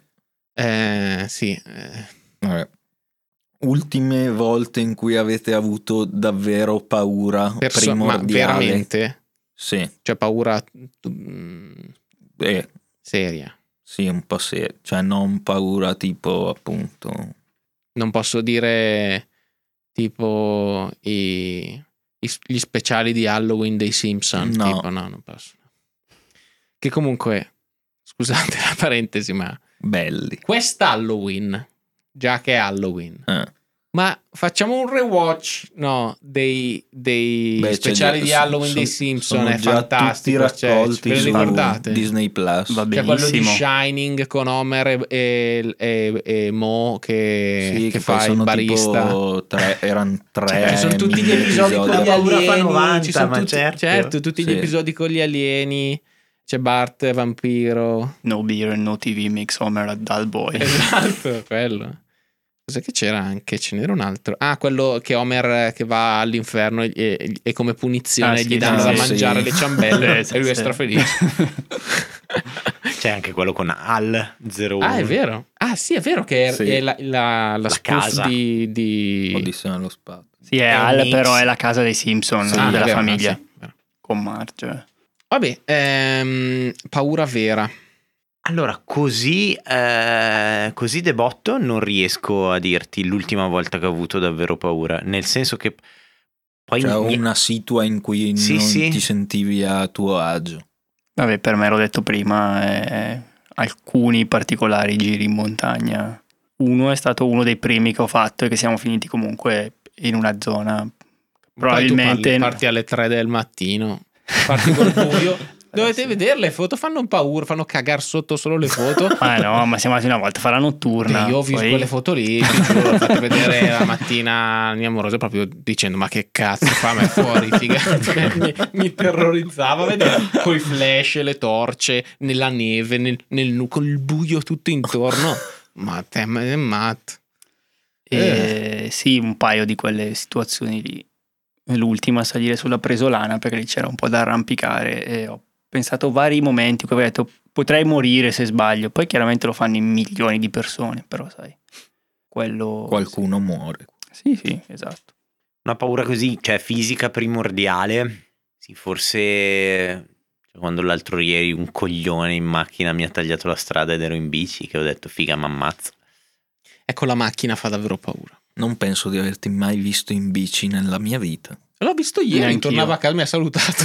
Eh, sì, eh, Vabbè. Ultime volte in cui avete avuto davvero paura perso- ma primordiale. veramente, Sì, cioè paura mm, eh, seria. sì, un po' sì, cioè non paura tipo appunto. Non posso dire tipo i, i- gli speciali di Halloween dei Simpson, No. tipo no, non posso. Che comunque, scusate la parentesi, ma Belli. quest'Halloween, già che è Halloween, Eh. ma facciamo un rewatch, no, dei, dei Beh, c'è speciali già- di Halloween son- dei Simpson, sono è già fantastico, tutti cioè, raccolti ve lo su ricordate? Disney Plus. Va C'è quello di benissimo. Shining con Homer e, e- e Mo che, Sì, che che fa poi il sono barista. tipo tre, erano tre. Cioè, sono tutti gli mille episodi con gli Paura fa alieni, novanta, ci sono ma tutti, certo. certo, tutti gli Sì. episodi con gli alieni. C'è Bart vampiro. No beer and no T V makes Homer a dull boy. Esatto, quello. Cos'è che c'era anche? Ce n'era un altro. Ah, quello che Homer che va all'inferno e, e- e come punizione Ah, sì, gli danno sì, da sì. mangiare le ciambelle Sì, e lui è sì. strafelice. C'è anche quello con Al zero uno. Ah, è vero. Ah, sì, è vero che è, Sì. è la, la, la La spoof casa. di... di... Odissea nello spazio. Sì, è È un Al, mix. però è la casa dei Simpson, Sì, Ah, della è vero, famiglia, sì, è vero. con Marge. Vabbè, ehm, paura vera. Allora, così, eh, così de botto non riesco a dirti l'ultima volta che ho avuto davvero paura. Nel senso che poi Cioè mi- una situa in cui Sì, non sì. ti sentivi a tuo agio. Vabbè, per me l'ho detto prima, eh, alcuni particolari giri in montagna. Uno è stato uno dei primi che ho fatto e che siamo finiti comunque in una zona probabilmente... Poi tu parli- parti alle tre del mattino, parti col buio. Dovete vedere, le foto fanno paura, fanno cagare sotto solo le foto. Ah no, ma siamo andati una volta a fare la notturna. Beh, io ho visto poi- quelle foto lì, ti giuro, l'ho fatte vedere la mattina mia amorosa proprio dicendo ma che cazzo fa, ma è fuori, figa. mi, mi terrorizzava vedere coi flash, le torce, nella neve, nel, nel nu- con il buio tutto intorno. Ma te ma è matto. E sì, un paio di quelle situazioni lì. L'ultima a salire sulla Presolana perché lì c'era un po' da arrampicare e ho pensato vari momenti in cui avevo detto potrei morire se sbaglio. Poi chiaramente lo fanno in milioni di persone, però sai, quello... Qualcuno muore. Sì, sì, esatto. una paura così, cioè fisica primordiale. Sì, forse quando l'altro ieri un coglione in macchina mi ha tagliato la strada ed ero in bici, che ho detto figa m'ammazzo. Ecco, la macchina fa davvero paura. Non penso di averti mai visto in bici nella mia vita. L'ho visto ieri, Neanch'io. tornava a casa, mi ha salutato.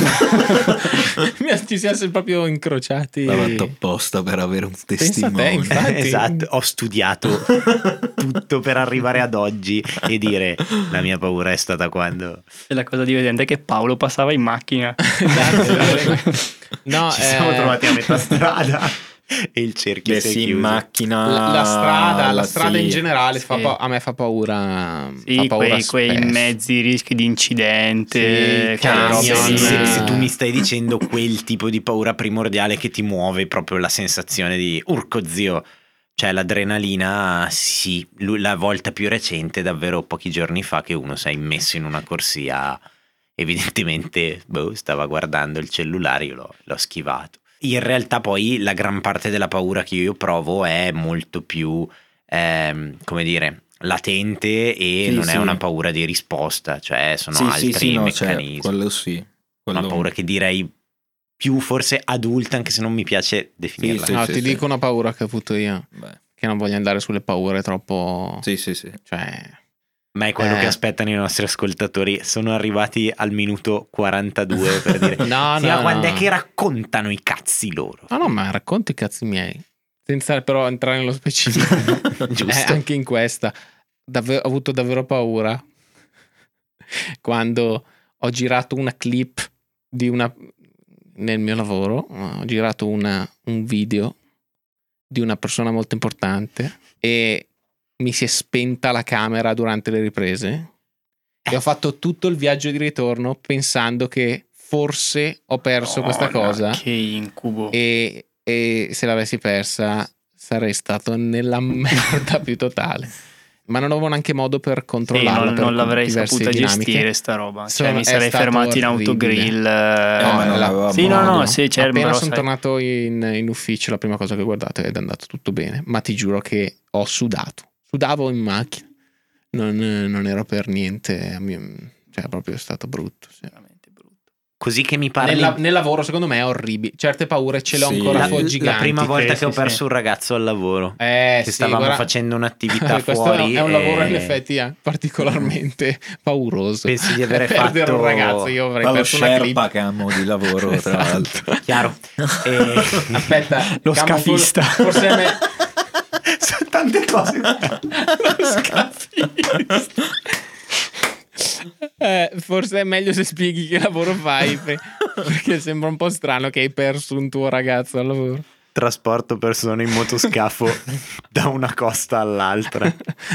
Mi ha- Ci siamo proprio incrociati. L'ho fatto apposta per avere un Pensa a te, testimone. infatti. Esatto, ho studiato tutto per arrivare ad oggi e dire la mia paura è stata quando E la cosa divertente è che Paolo passava in macchina. Esatto. No, ci siamo eh, trovati a metà strada. e il cerchio Beh, si è sì, in chiuso. macchina La, la strada, la strada sì, in generale sì. fa pa- a me fa paura. Sì, fa paura quei, quei spesso. mezzi rischi di incidente, Sì, quelle robe camion, se, lì. se- se tu eh. mi stai dicendo quel tipo di paura primordiale che ti muove proprio la sensazione di urco zio, cioè l'adrenalina, sì, lu- la volta più recente davvero pochi giorni fa che uno si è immesso in una corsia, evidentemente boh, stava guardando il cellulare, io l'ho, l'ho schivato. In realtà poi la gran parte della paura che io provo è molto più, ehm, come dire, latente e Sì, non sì. è una paura di risposta, cioè sono sì, altri sì, sì, no, cioè, meccanismi. quello sì. Quello... Una paura che direi più forse adulta, anche se non mi piace definirla. Sì, No, sì, ti sì. dico una paura che ho avuto io. Beh, Che non voglio andare sulle paure troppo. sì, sì, sì. Cioè. Ma è quello Eh. che aspettano i nostri ascoltatori. Sono arrivati al minuto quarantadue per dire No, sì, no, ma quando no. è che raccontano i cazzi loro? No, no, ma racconti i cazzi miei. Senza però entrare nello specifico. Giusto. Eh, anche in questa. Davvero, ho avuto davvero paura quando ho girato una clip di una nel mio lavoro. Ho girato una, un video di una persona molto importante e mi si è spenta la camera durante le riprese e ho fatto tutto il viaggio di ritorno pensando che forse ho perso questa Madonna, cosa Che incubo. e, e se l'avessi persa sarei stato nella merda più totale, ma non avevo neanche modo per Sì, controllarla non, per non l'avrei diverse saputa dinamiche. gestire sta roba. Cioè, Sono- mi è sarei stato fermato in orribile. autogrill. Eh, No, ma non la- avevamo sì, no, no, modo. sì, c'è, appena però sono sai- tornato in, in ufficio la prima cosa che ho guardato ed è andato tutto bene, ma ti giuro che ho sudato sudavo in macchina, non, non ero per niente a mio, cioè proprio è stato brutto, sì. veramente brutto. Così che mi parli. Nella- nel lavoro secondo me è orribile, certe paure ce le ho Sì. ancora la, fo- la giganti. prima volta sì, che ho sì, perso sì. un ragazzo al lavoro, Eh, che sì, stavamo guarda- facendo un'attività questo fuori. è un e- lavoro in effetti eh, particolarmente pauroso. Penso di avere Perdere fatto- un ragazzo, io avrei Fa lo perso una Sherpa clip. camo di lavoro, tra l'altro. Chiaro. E- Aspetta, Lo camo, scafista. Forse è me- Sono tante cose. Lo scafista. Eh, forse è meglio se spieghi che lavoro fai, pe- perché sembra un po' strano che hai perso un tuo ragazzo al lavoro. Trasporto persone in motoscafo da una costa all'altra.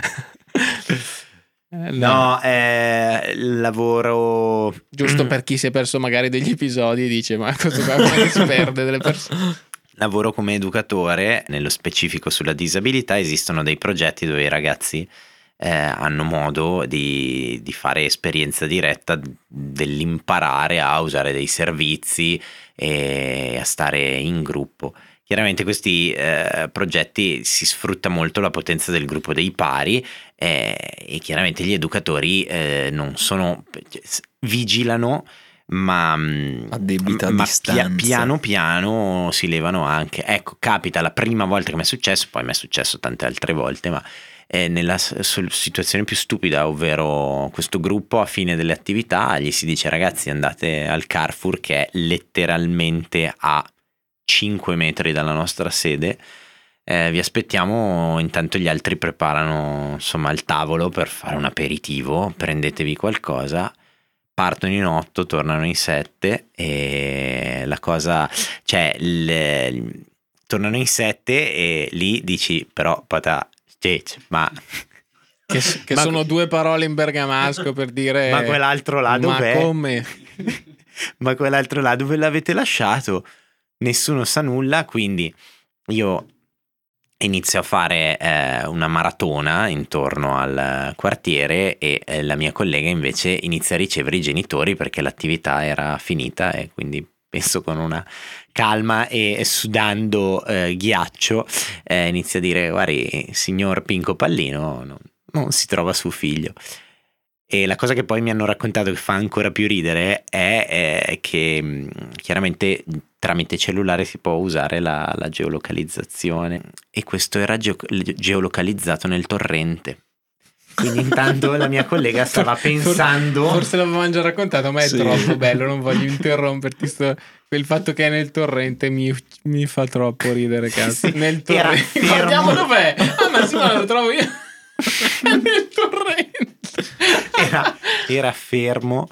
Eh, No, è lavoro. Giusto per chi si è perso magari degli episodi e dice ma questo qua come che si perde delle persone. Lavoro come educatore, nello specifico sulla disabilità. Esistono dei progetti dove i ragazzi eh, hanno modo di, di fare esperienza diretta dell'imparare a usare dei servizi e a stare in gruppo. Chiaramente questi eh, progetti si sfrutta molto la potenza del gruppo dei pari eh, e chiaramente gli educatori eh, non sono vigilano ma A debita ma distanza. pia- piano piano si levano anche. Ecco, capita la prima volta che mi è successo, poi mi è successo tante altre volte, ma eh, nella s- sol- situazione più stupida, ovvero questo gruppo a fine delle attività gli si dice ragazzi andate al Carrefour che è letteralmente a cinque metri dalla nostra sede, eh, vi aspettiamo, intanto gli altri preparano insomma il tavolo per fare un aperitivo, prendetevi qualcosa. Partono in otto, tornano in sette e la cosa, cioè il, tornano in sette e lì dici però patà, ma Che, che Ma- sono due parole in bergamasco per dire ma quell'altro là ma dov'è? come? Ma quell'altro là dove l'avete lasciato? Nessuno sa nulla, quindi io inizio a fare eh, una maratona intorno al quartiere e eh, la mia collega invece inizia a ricevere i genitori perché l'attività era finita e quindi penso con una calma e sudando eh, ghiaccio eh, inizia a dire guardi signor Pinco Pallino non, non si trova suo figlio. E la cosa che poi mi hanno raccontato che fa ancora più ridere è, è che mh, chiaramente tramite cellulare si può usare la, la geolocalizzazione e questo era geo- geolocalizzato nel torrente. Quindi intanto la mia collega stava pensando Forse, forse l'avevamo già raccontato, ma è Sì. troppo bello, non voglio interromperti. Sto, il fatto che è nel torrente mi, mi fa troppo ridere, cazzo. Sì, Nel era torrente. fermo. Guardiamo dov'è. Ah, ma sì, ma lo trovo io. È nel torrente. era, era fermo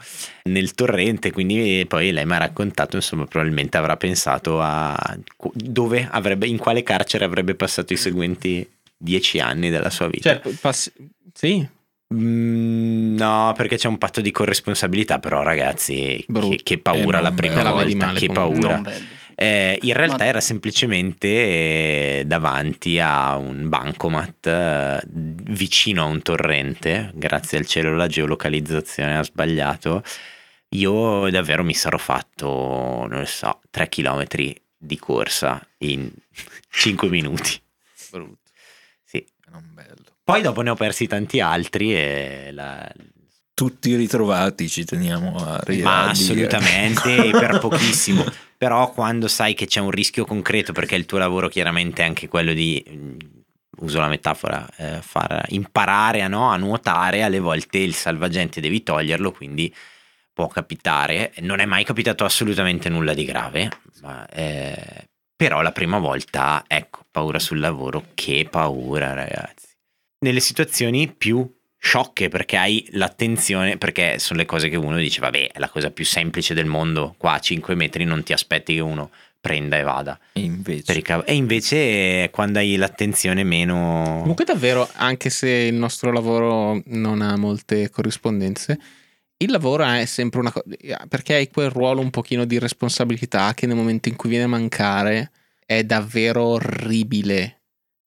nel torrente, quindi poi lei mi ha raccontato, insomma, probabilmente avrà pensato a dove avrebbe, in quale carcere avrebbe passato i seguenti dieci anni della sua vita. Cioè, passi... sì. Mm, no, perché c'è un patto di corresponsabilità, però ragazzi, che, che paura eh, la prima la vedi volta, male, che comunque. paura. Non bello. Eh, in realtà Ma- era semplicemente eh, davanti a un bancomat eh, vicino a un torrente. Grazie al cielo la geolocalizzazione ha sbagliato. Io davvero mi sarò fatto, non lo so, tre chilometri di corsa in cinque minuti. Brutto. Sì. Non bello. Poi dopo ne ho persi tanti altri e la... Tutti ritrovati, ci teniamo a ri- Ma a dire. assolutamente, per pochissimo. Però quando sai che c'è un rischio concreto, perché il tuo lavoro chiaramente è anche quello di, uso la metafora, eh, far imparare a, no, a nuotare, alle volte il salvagente devi toglierlo, quindi può capitare. Non è mai capitato assolutamente nulla di grave, ma, eh, però la prima volta, ecco, paura sul lavoro, che paura ragazzi. Nelle situazioni più sciocche, perché hai l'attenzione, perché sono le cose che uno dice vabbè, è la cosa più semplice del mondo, qua a cinque metri non ti aspetti che uno prenda e vada E invece, per i cav- e invece quando hai l'attenzione meno... Comunque davvero, anche se il nostro lavoro non ha molte corrispondenze, il lavoro è sempre una cosa, perché hai quel ruolo un pochino di responsabilità che nel momento in cui viene a mancare è davvero orribile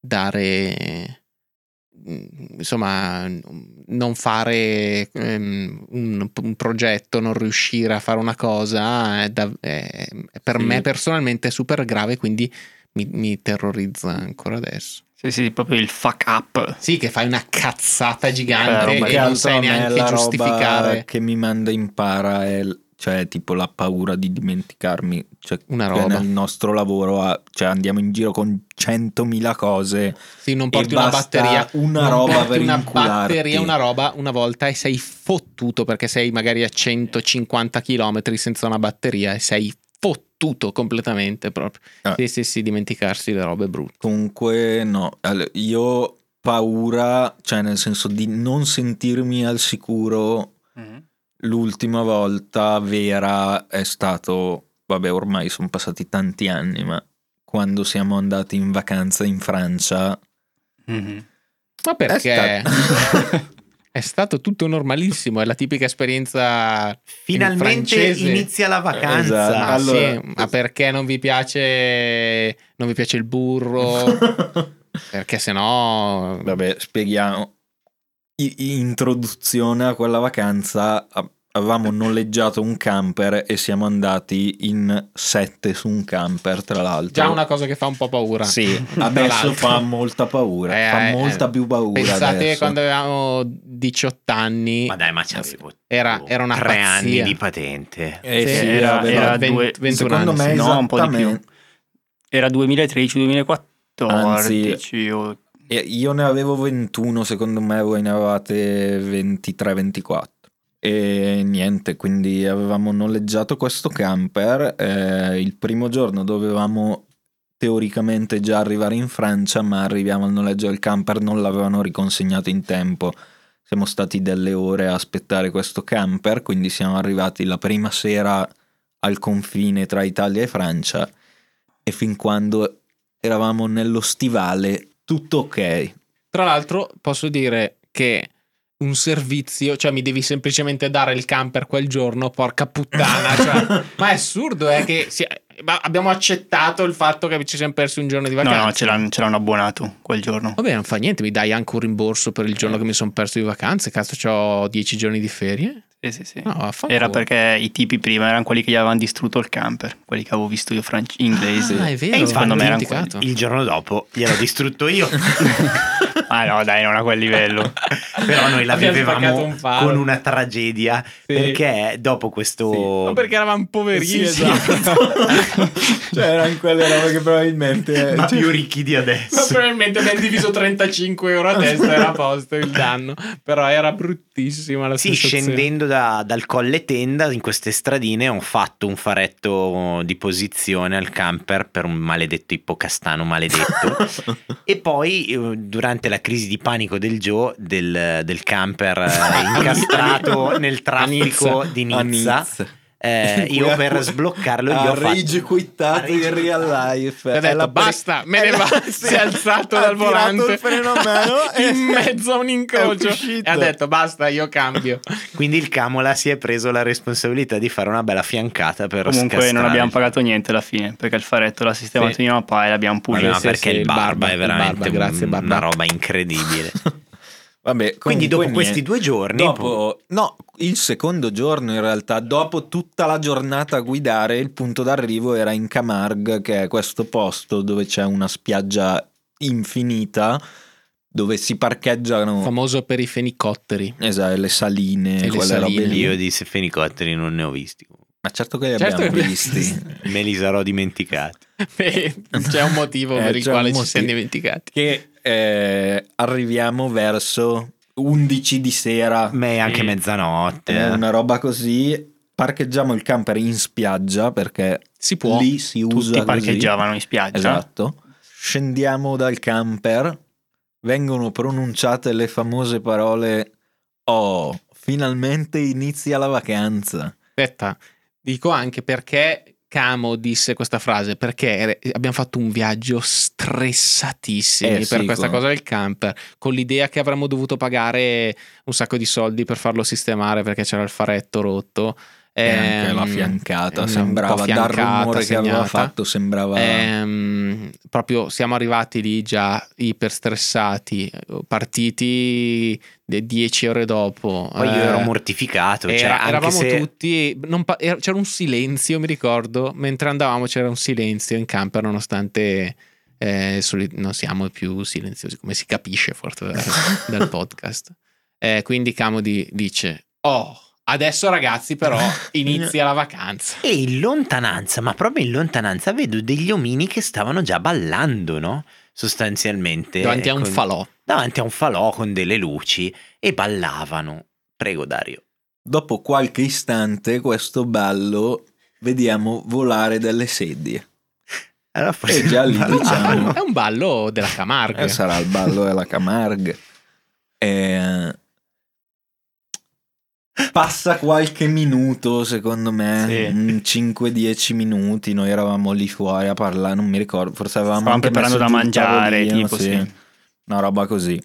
dare, insomma, non fare um, un, un progetto, non riuscire a fare una cosa è da, è, per Sì. me personalmente è super grave, quindi mi, mi terrorizza ancora adesso. Sì, sì, proprio il fuck up. Sì, che fai una cazzata Eh, gigante roba e che non altro sai a me neanche la roba giustificare che mi manda in para è l- cioè tipo la paura di dimenticarmi, cioè, una che roba. nel nostro lavoro a- cioè andiamo in giro con centomila cose. Sì, non porti e una basta batteria, una non roba porti per una incularti. batteria, una roba una volta e sei fottuto perché sei magari a centocinquanta chilometri senza una batteria e sei fottuto completamente proprio. Ah. Sì, sì, sì, dimenticarsi le robe brutte. Comunque no, Allora, io paura, cioè nel senso di non sentirmi al sicuro. Mhm. L'ultima volta vera è stato, vabbè, ormai sono passati tanti anni, ma quando siamo andati in vacanza in Francia. Mhm. Ma perché? È stato- È stato tutto normalissimo, è la tipica esperienza Finalmente francese. inizia la vacanza. Esatto. Ma Allora- sì, ma perché non vi piace non vi piace il burro? Perché sennò Vabbè, spieghiamo. I- introduzione a quella vacanza, a- avevamo noleggiato un camper e siamo andati in sette su un camper, tra l'altro. già una cosa che fa un po' paura. Sì, Tra adesso l'altro. fa molta paura, Eh, fa eh, molta eh, più paura Pensate adesso. quando avevamo diciotto anni. Ma dai, ma c'avevo Era- era una tre pazzia. anni di patente. Eh Sì, sì, era- aveva- era venti, due- ventuno secondo anni, me sì. No, un po' di più. esattamente. Era duemilatredici duemilaquattordici. Anzi, o- E io ne avevo ventuno, secondo me voi ne avevate ventitré ventiquattro. E niente, quindi avevamo noleggiato questo camper. Eh, il primo giorno dovevamo teoricamente già arrivare in Francia, ma arriviamo al noleggio del camper, non l'avevano riconsegnato in tempo. Siamo stati delle ore a aspettare questo camper, quindi siamo arrivati la prima sera al confine tra Italia e Francia e fin quando eravamo nello stivale tutto ok. Tra l'altro posso dire che un servizio, cioè mi devi semplicemente dare il camper quel giorno, porca puttana, cioè, ma è assurdo, è che si- ma abbiamo accettato il fatto che ci siamo persi un giorno di No, vacanza. no, ce l'hanno, ce l'hanno abbonato quel giorno. Vabbè, non fa niente, mi dai anche un rimborso per il giorno che mi sono perso di vacanze, cazzo, c'ho dieci giorni di ferie. Sì, sì, sì. No, vaffanculo. Era perché i tipi prima erano quelli che gli avevano distrutto il camper, quelli che avevo visto io franc- inglesi. Ah, è vero, E l'ho secondo me erano dimenticato. Il giorno dopo gliel'ho distrutto io. Ah no, dai, non a quel livello. Però noi la Abbiamo spaccato vivevamo un faro. con una tragedia, Sì. perché dopo questo... Ma perché eravamo poverini, Sì, sì. esatto. Cioè erano quelle robe che probabilmente ma cioè, più ricchi di Ma adesso. probabilmente abbiamo diviso trentacinque euro a testa, era a posto il danno. Però era bruttissima la Sì, sensazione. scendendo da- dal Colle Tenda in queste stradine ho fatto un faretto di posizione al camper per un maledetto ippocastano maledetto. E poi eh, durante la la crisi di panico del Joe del, del camper eh, incastrato nel traffico di A Nizza. Nizza. Eh, io per sbloccarlo gli ha ho fatto rage quittato in real life. Ha È detto la pre- basta, me ne è la- va. sì, Si è alzato ha dal tirato volante il freno a mano e- in mezzo a un incrocio è uscito. e ha detto basta, io cambio. Quindi il Camola si è preso la responsabilità di fare una bella fiancata per Comunque non scastrare. abbiamo pagato niente alla fine, perché il faretto l'ha sistemato Sì. in una paia e l'abbiamo Vabbè, pulito. ma Sì, perché sì, il il barba, barba, è il veramente barba, grazie, un- barba. una roba incredibile. Vabbè, Quindi dopo comunque questi niente. due giorni Dopo, no, il secondo giorno in realtà, dopo tutta la giornata a guidare, il punto d'arrivo era in Camargue, che è questo posto dove c'è una spiaggia infinita, dove si parcheggiano, Famoso per i fenicotteri. esatto, le saline, E le quelle saline. robe lì. io di fenicotteri non ne ho visti. Ma certo che li Certo abbiamo che- visti. Me li sarò dimenticati. Beh, c'è un motivo Eh, per il c'è quale un ci motivo. siamo dimenticati. Che eh, arriviamo verso undici di sera, Ma è anche Mm. mezzanotte. eh, eh. una roba così. Parcheggiamo il camper in spiaggia perché Si può. lì si usa Tutti così. parcheggiavano in spiaggia. Esatto. Scendiamo dal camper, vengono pronunciate le famose parole: oh, finalmente inizia la vacanza. Aspetta, dico anche perché Camo disse questa frase, perché ere- abbiamo fatto un viaggio stressatissimi Eh, per sì, questa con- cosa del camper, con l'idea che avremmo dovuto pagare un sacco di soldi per farlo sistemare perché c'era il faretto rotto. E anche Ehm, la fiancata un sembrava, po' dal fiancata, rumore che aveva segnata. fatto, sembrava Ehm, proprio siamo arrivati lì già iper stressati, partiti de- dieci ore dopo. Poi io Eh, ero mortificato. Cioè, era- anche eravamo se... tutti, non pa- era- c'era un silenzio, mi ricordo, mentre andavamo c'era un silenzio in camper, nonostante eh, soli- non siamo più silenziosi, come si capisce forse dal, dal podcast. Eh, quindi Camo di- dice, oh, adesso ragazzi però inizia la vacanza. E in lontananza, ma proprio in lontananza, vedo degli omini che stavano già ballando, no? Sostanzialmente. Davanti a un con- falò. Davanti a un falò con delle luci e ballavano. Prego, Dario. Dopo qualche istante questo ballo vediamo volare delle sedie. Allora forse E già lì ballavano. diciamo È un ballo della Camargue. eh, sarà il ballo della Camargue. Eh, passa qualche minuto, secondo me, Sì. un cinque dieci minuti. Noi eravamo lì fuori a parlare, non mi ricordo, forse avevamo Stavamo anche preparando messo da giù il mangiare, tavolino, tipo, sì. una roba così.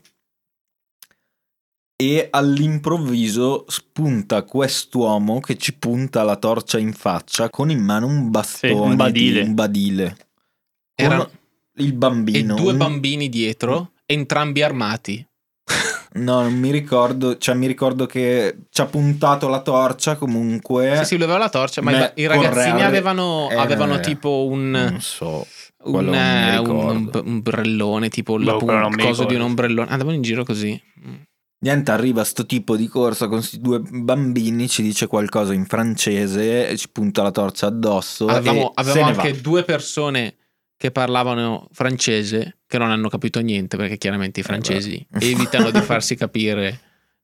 E all'improvviso spunta quest'uomo che ci punta la torcia in faccia con in mano un bastone, Sì, un badile. di- un badile. Con Erano- il E bambino. due un- bambini dietro, entrambi armati. No, non mi ricordo, cioè mi ricordo che ci ha puntato la torcia comunque. Sì, sì, lui aveva la torcia, ma i, Me- ba- i ragazzini correre- avevano, eh, avevano tipo un... Non so, un, quello non mi eh, un, ricordo. un ombrellone, tipo Boh, la quello non pun- mi coso di un ricordo. ombrellone. Andavano in giro così. Mm. Niente, arriva sto tipo di corsa con questi due bambini, ci dice qualcosa in francese, e ci punta la torcia addosso. Avevamo, e avevamo se ne anche va. due persone che parlavano francese che non hanno capito niente perché chiaramente i francesi beh. evitano di farsi capire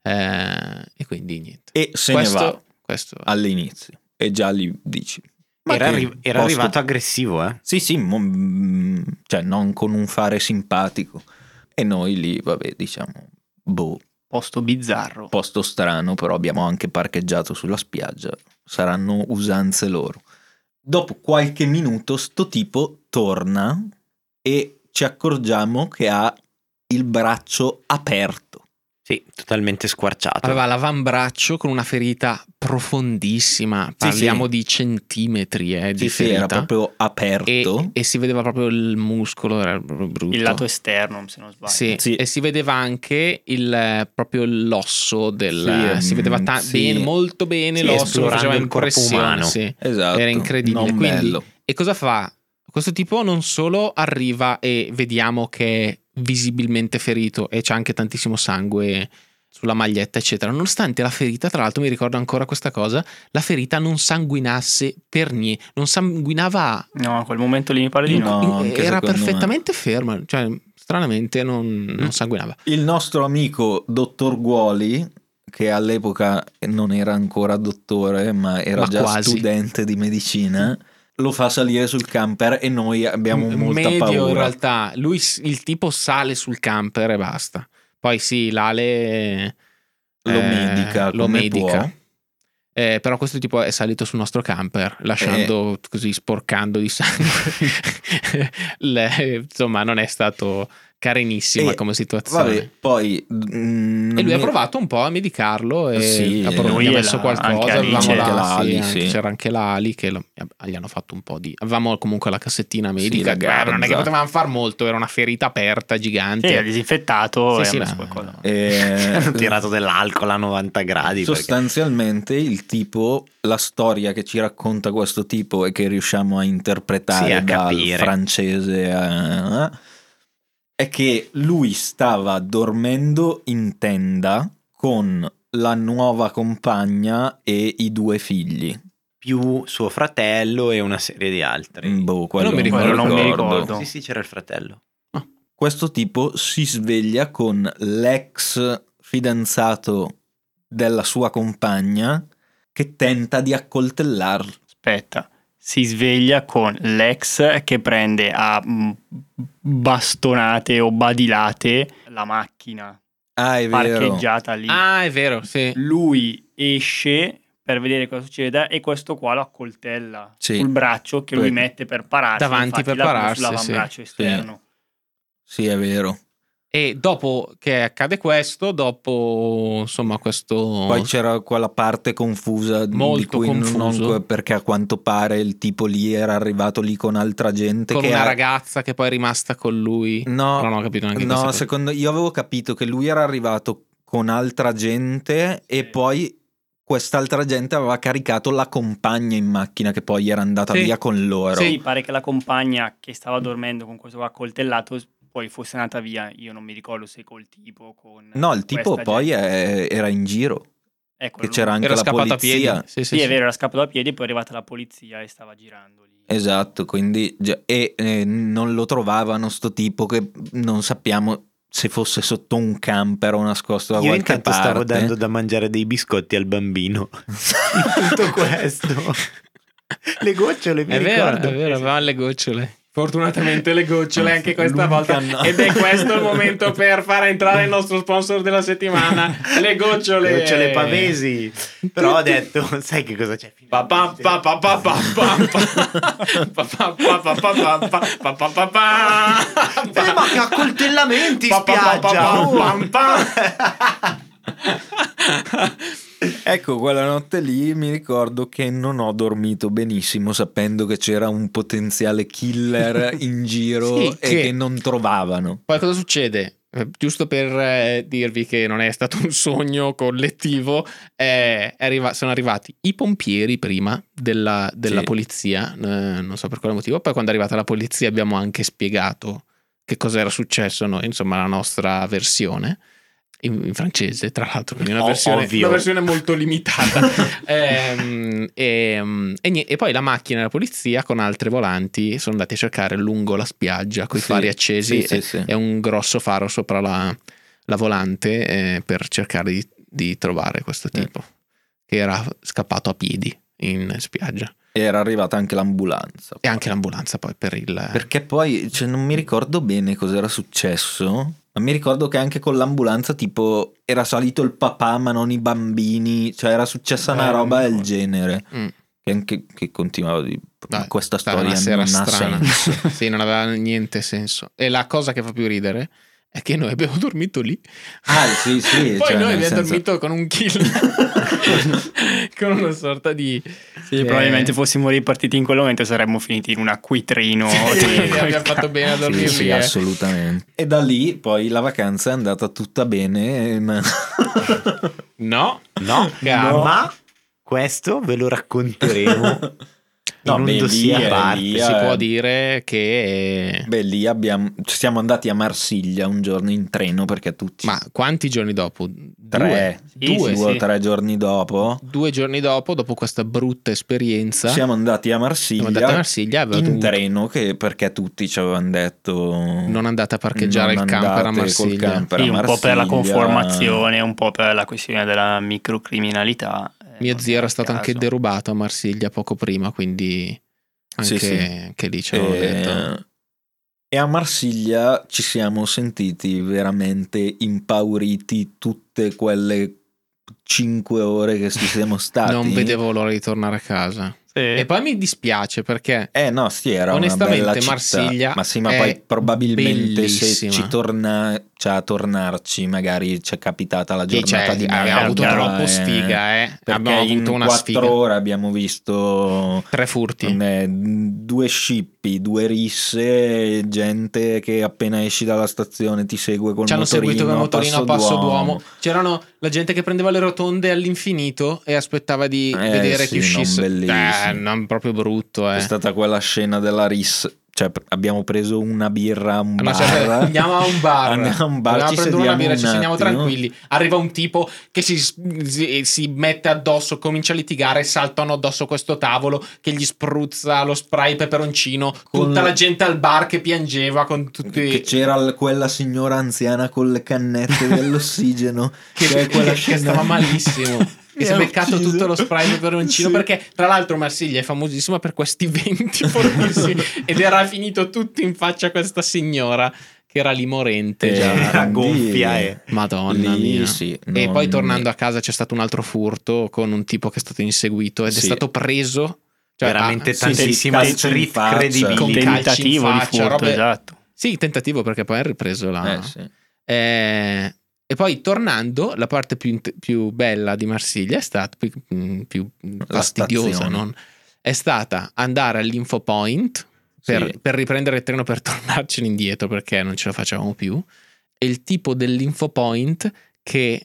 eh, e quindi niente. E se questo, ne va questo all'inizio. E già lì dici. ma Era, che arri- era posto- arrivato aggressivo, eh? Sì, sì, mo- mm, cioè non con un fare simpatico. E noi lì, vabbè, diciamo, boh, Posto bizzarro. posto strano, però abbiamo anche parcheggiato sulla spiaggia. Saranno usanze loro. Dopo qualche minuto sto tipo torna e ci accorgiamo che ha il braccio aperto. Sì, totalmente squarciato. aveva l'avambraccio con una ferita profondissima, parliamo sì. di centimetri eh, di Sì, sì, era ferita. proprio e, aperto. e si vedeva proprio il muscolo, era proprio brutto. Il lato esterno, se non sbaglio. Sì, Sì. e si vedeva anche il eh, proprio l'osso del Sì, si vedeva ta- sì. bene, molto bene Sì, l'osso, esplorando faceva il corpo impressione, umano. sì. Esatto. Era incredibile. Non Quindi, bello. e cosa fa? Questo tipo non solo arriva e vediamo che è visibilmente ferito e c'è anche tantissimo sangue sulla maglietta, eccetera. Nonostante la ferita, tra l'altro mi ricordo ancora questa cosa, la ferita non sanguinasse per niente, non sanguinava, No, a quel momento lì mi pare di in- no. No, in- anche era secondo me. perfettamente ferma, cioè stranamente non, non sanguinava. Il nostro amico dottor Guoli, che all'epoca non era ancora dottore, ma era Ma già quasi. studente di medicina, lo fa salire sul camper e noi abbiamo molta medio paura. In realtà lui, il tipo sale sul camper e basta. Poi sì, l'ale Lo eh, medica lo come medica. può. Eh, però questo tipo è salito sul nostro camper, lasciando Eh. così, sporcando di sangue. Le, insomma, non è stato carinissima E, come situazione. Vabbè, poi mm, E lui mi- ha provato un po' a medicarlo e Sì, ha provato, lui gli ha e messo la- qualcosa. anche Ali Avevamo c'era. la- Anche sì, l'Ali, anche- sì. c'era anche l'Ali che lo- gli hanno fatto un po' di. Avevamo comunque la cassettina medica, la che eh, non è che garza. potevamo far molto, era una ferita aperta Sì, gigante. ha disinfettato Sì, e sì, ha messo no, qualcosa. no. eh, Hanno tirato dell'alcol a novanta gradi. perché- sostanzialmente il tipo, la storia che ci racconta questo tipo e che riusciamo a interpretare Sì, a dal capire. francese a- è che lui stava dormendo in tenda con la nuova compagna e i due figli. Più suo fratello e una serie di altri. Boh, quello non mi non ricordo. non mi ricordo. ricordo. Sì, sì, c'era il fratello. Questo tipo si sveglia con l'ex fidanzato della sua compagna che tenta di accoltellarlo. Aspetta, si sveglia con l'ex che prende a mm, bastonate o badilate la macchina Ah, è vero. parcheggiata lì. Ah, è vero, sì. Lui esce per vedere cosa succede e questo qua lo accoltella Sì. sul braccio che lui Poi- mette per pararsi. Davanti infatti per l'ha preso pararsi, sull'avambraccio esterno. Sì, è vero. E dopo che accade questo, dopo insomma questo Poi c'era quella parte confusa di Molto cui non- confuso. perché a quanto pare il tipo lì era arrivato lì con altra gente con che una ha- ragazza che poi è rimasta con lui. No, non ho capito neanche no, questa cosa. secondo io avevo capito che lui era arrivato con altra gente e poi quest'altra gente aveva caricato la compagna in macchina che poi era andata Sì. via con loro. Sì, pare che la compagna che stava dormendo con questo qua accoltellato poi fosse andata via. Io non mi ricordo se col tipo o con No, il tipo questa poi gente. è- era in giro, Ecco, che lui- c'era anche Era la scappato a piedi. polizia. Sì, sì, Sì, sì. è vero, era scappato a piedi, poi è arrivata la polizia e stava girando lì. Esatto, quindi già- e eh, non lo trovavano sto tipo che non sappiamo se fosse sotto un camper o nascosto da Io qualche intanto parte. stavo dando da mangiare dei biscotti al bambino. Tutto questo. Le gocciole, mi È vero, ricordo. è vero, avevamo le gocciole. Fortunatamente le gocciole anche questa L'unica volta. no. Ed è questo il momento per far entrare il nostro sponsor della settimana, le gocciole. Gocciole pavesi. Però ho detto, sai che cosa c'è? Pa pa pa pa pa pa pa pa pa pa pa pa pa pa pa pa pa. Eh, ma che accoltellamenti in Pa pa pa pa spiaggia! pa Oh. pa. Ecco, quella notte lì mi ricordo che non ho dormito benissimo sapendo che c'era un potenziale killer in giro Sì, e che- che non trovavano. Poi cosa succede? Eh, Giusto per eh, dirvi che non è stato un sogno collettivo, eh, è arriva- sono arrivati i pompieri prima della, della Sì. polizia, eh, non so per quale motivo. Poi quando è arrivata la polizia abbiamo anche spiegato che cosa era successo noi, insomma la nostra versione. In, in francese, tra l'altro, quindi una Oh, versione, ovvio. una versione molto limitata. Ehm, e, e nie- e poi la macchina della polizia con altre volanti sono andati a cercare lungo la spiaggia con i Sì, fari accesi sì, sì, e, sì. e un grosso faro sopra la, la volante eh, per cercare di, di trovare questo Mm. tipo che era scappato a piedi in spiaggia. Era arrivata anche l'ambulanza. E anche l'ambulanza poi per il... Perché poi cioè, non mi ricordo bene cosa era successo. Ma mi ricordo che anche con l'ambulanza tipo era salito il papà ma non i bambini. Cioè era successa una Beh, roba non del so. genere. Mm. Che anche che continuavo di... Dai, questa stava storia una sera non ha strana. senso. Sì, non aveva niente senso. E la cosa che fa più ridere è che noi abbiamo dormito lì. Ah sì sì. Poi cioè, noi nel abbiamo senso- dormito con un kill. Con una sorta di... Sì, che- probabilmente fossimo ripartiti in quel momento saremmo finiti in un acquitrino. Sì, tipo- abbiamo fatto bene a dormire Sì, sì, lì, eh. assolutamente. E da lì poi la vacanza è andata tutta bene. ma- No, No, caro. ma questo ve lo racconteremo No, in un beh, lì dossier è- a parte. lì è- Si può dire che... Beh, lì abbiamo siamo andati a Marsiglia un giorno in treno perché tutti Ma quanti giorni dopo? tre, Sì, Due, sì, due o sì. tre giorni dopo Due giorni dopo, dopo questa brutta esperienza, siamo andati a Marsiglia, siamo andati a Marsiglia e aveva in dovuto- treno che perché tutti ci avevano detto non andate a parcheggiare non il camper a andate col Marsiglia. camper a Sì, un po' per la Marsiglia. conformazione, un po' per la questione della microcriminalità. Eh, Mio non zio era il stato anche caso. derubato a Marsiglia poco prima, quindi Anche, Sì, sì. anche lì ce l'ho E, detto. e a Marsiglia ci siamo sentiti veramente impauriti tutte quelle cinque ore che ci siamo stati. Non vedevo l'ora di tornare a casa. Sì. E poi mi dispiace perché Eh no, sì, era una onestamente bella città. Marsiglia Ma sì, ma è poi probabilmente se bellissima. ci torna, cioè a tornarci magari ci è capitata la Sì, giornata cioè, di abbiamo merda, avuto chiaro. troppo eh, sfiga, eh. perché Abbiamo in avuto una quattro sfiga. ore abbiamo visto Tre furti. eh, due scippi, due risse, gente che appena esci dalla stazione ti segue col Ci hanno motorino, seguito con il motorino a Passo Duomo. Duomo. C'erano la gente che prendeva le rotonde all'infinito e aspettava di Eh, vedere sì, chi uscisse. non bellissimo. Eh, non proprio brutto, eh. È stata quella scena della ris, cioè abbiamo preso una birra a un Una bar, certa- andiamo a un bar, andiamo a un bar, Andiamo ci a prendere una sediamo birra, un ci segniamo attimo. tranquilli. Arriva un tipo che si, si, si mette addosso, comincia a litigare, saltano addosso questo tavolo che gli spruzza lo spray peperoncino. Con- Tutta la gente al bar che piangeva con tutti. Che c'era l- quella signora anziana con le cannette dell'ossigeno che, che, è quella che scena- stava malissimo. Che si è Mi ha beccato ucciso. tutto lo spray peperoncino. Sì. Perché tra l'altro Marsiglia è famosissima per questi venti fortissimi. Ed era finito tutto in faccia a questa signora che era lì morente Eh, già. Era lì- gonfia, eh. Madonna lì, mia. sì, E non- poi tornando a casa c'è stato un altro furto con un tipo che è stato inseguito ed è Sì. stato preso. Cioè, Veramente ah, sì, tantissimi calcio in street faccia. credibili. Con calci in Tentativo di faccia, furto, robe- esatto. Sì, tentativo perché poi ha ripreso la... Eh, sì. Eh, e poi tornando, la parte più, int- più bella di Marsiglia è stata più, mm, più fastidiosa, stazione. non? È stata andare all'Info Point per, Sì. per riprendere il treno per tornarcene indietro perché non ce la facevamo più. E il tipo dell'Info Point che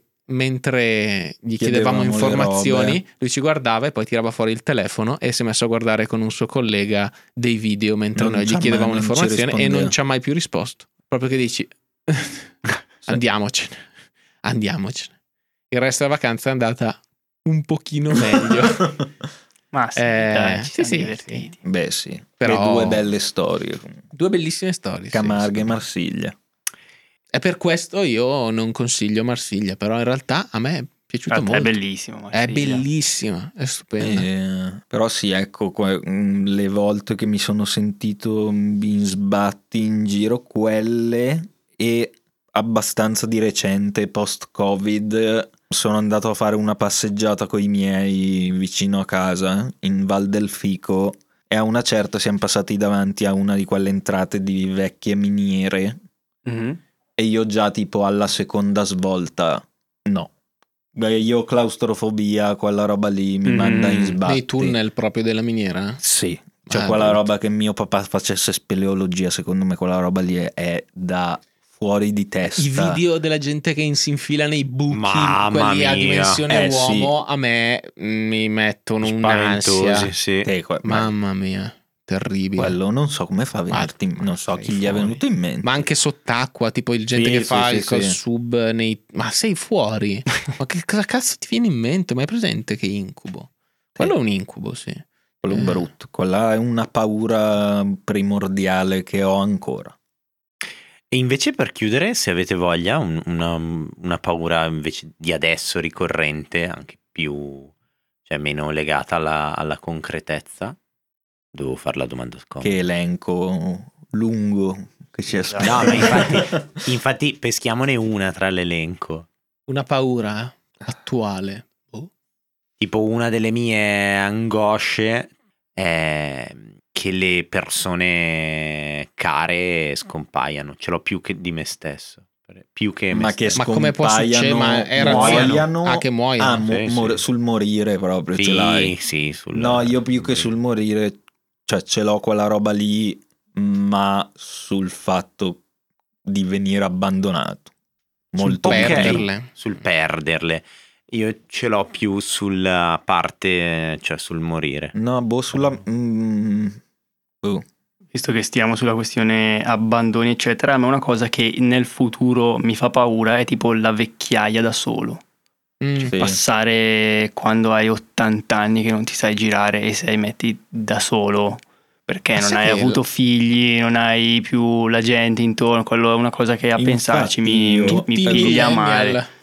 mentre gli chiedevamo, Chiedevamo le informazioni, robe. lui ci guardava e poi tirava fuori il telefono e si è messo a guardare con un suo collega dei video mentre Non noi ci gli ha chiedevamo mai- non ci l'informazione e rispondeva. non ci ha mai più risposto. Proprio che dici andiamocene, andiamocene. Il resto della vacanza è andata un pochino meglio. Ma sì, Eh, dai, ci sì, siamo sì, divertiti. Beh sì, Però- le due belle storie, Due bellissime storie. sì, Camarga sì. e Marsiglia. E per questo io non consiglio Marsiglia, però in realtà a me è piaciuta Guarda, molto. è bellissimo. È Marsiglia. bellissima, è stupenda. Eh, però sì, ecco, que- mm, le volte che mi sono sentito in sbatti in giro, quelle e abbastanza di recente, post-Covid, sono andato a fare una passeggiata con i miei vicino a casa, in Val del Fico, e a una certa siamo passati davanti a una di quelle entrate di vecchie miniere, Mhm. e io già tipo alla seconda svolta, no. Beh, io ho claustrofobia, quella roba lì mi Mm. manda in sbatti. Nei tunnel proprio della miniera? Sì, cioè Ah, quella brutto. roba che mio papà facesse speleologia, secondo me quella roba lì è, è da fuori di testa. I video della gente che si infila nei buchi, Mamma quelli a mia. dimensione Eh, sì. uomo, a me mi mettono un'ansia. Spaventosi, sì. Eh, que- ma Mamma mia, terribile. quello non so come fa a venirti, Ma- non so sei chi gli è fuori. venuto in mente. Ma anche sott'acqua, tipo il gente Sì, che sì, fa sì, il col sì. sub nei... Ma sei fuori? Ma che cosa cazzo ti viene in mente? Ma è presente che incubo? Quello è un incubo, sì. Quello Eh. brutto, quella è una paura primordiale che ho ancora. E invece per chiudere, se avete voglia, un- una, una paura invece di adesso ricorrente, anche più, cioè meno legata alla, alla concretezza, devo fare la domanda scomoda. Che elenco lungo che ci Esatto. aspetta. No, ma infatti, infatti peschiamone una tra l'elenco. Una paura attuale. Boh. Tipo una delle mie angosce è che le persone care scompaiano. Ce l'ho più che di me stesso. Più che me Ma che Ma come può succedere? scompaiano, Ma è razionale. muoiano. Ah, che muoiono. Ah, mo- Sì, sì. mor- sul morire proprio ce Sì, l'hai. sì, sul- No, io più che sul morire, cioè ce l'ho quella roba lì, ma sul fatto di venire abbandonato. Molto Ok, perderle. sul perderle. Io ce l'ho più sulla parte, cioè sul morire. No, boh, sulla... mm, boh. Visto che stiamo sulla questione abbandoni eccetera, a me una cosa che nel futuro mi fa paura è tipo la vecchiaia da solo. Mm. Sì. Passare quando hai ottanta anni che non ti sai girare e sei metti da solo perché Ma non sai hai che avuto lo- figli, non hai più la gente intorno, quello è una cosa che a Infatti pensarci mi, io- mi, mi Tutti i piglia millennial, male.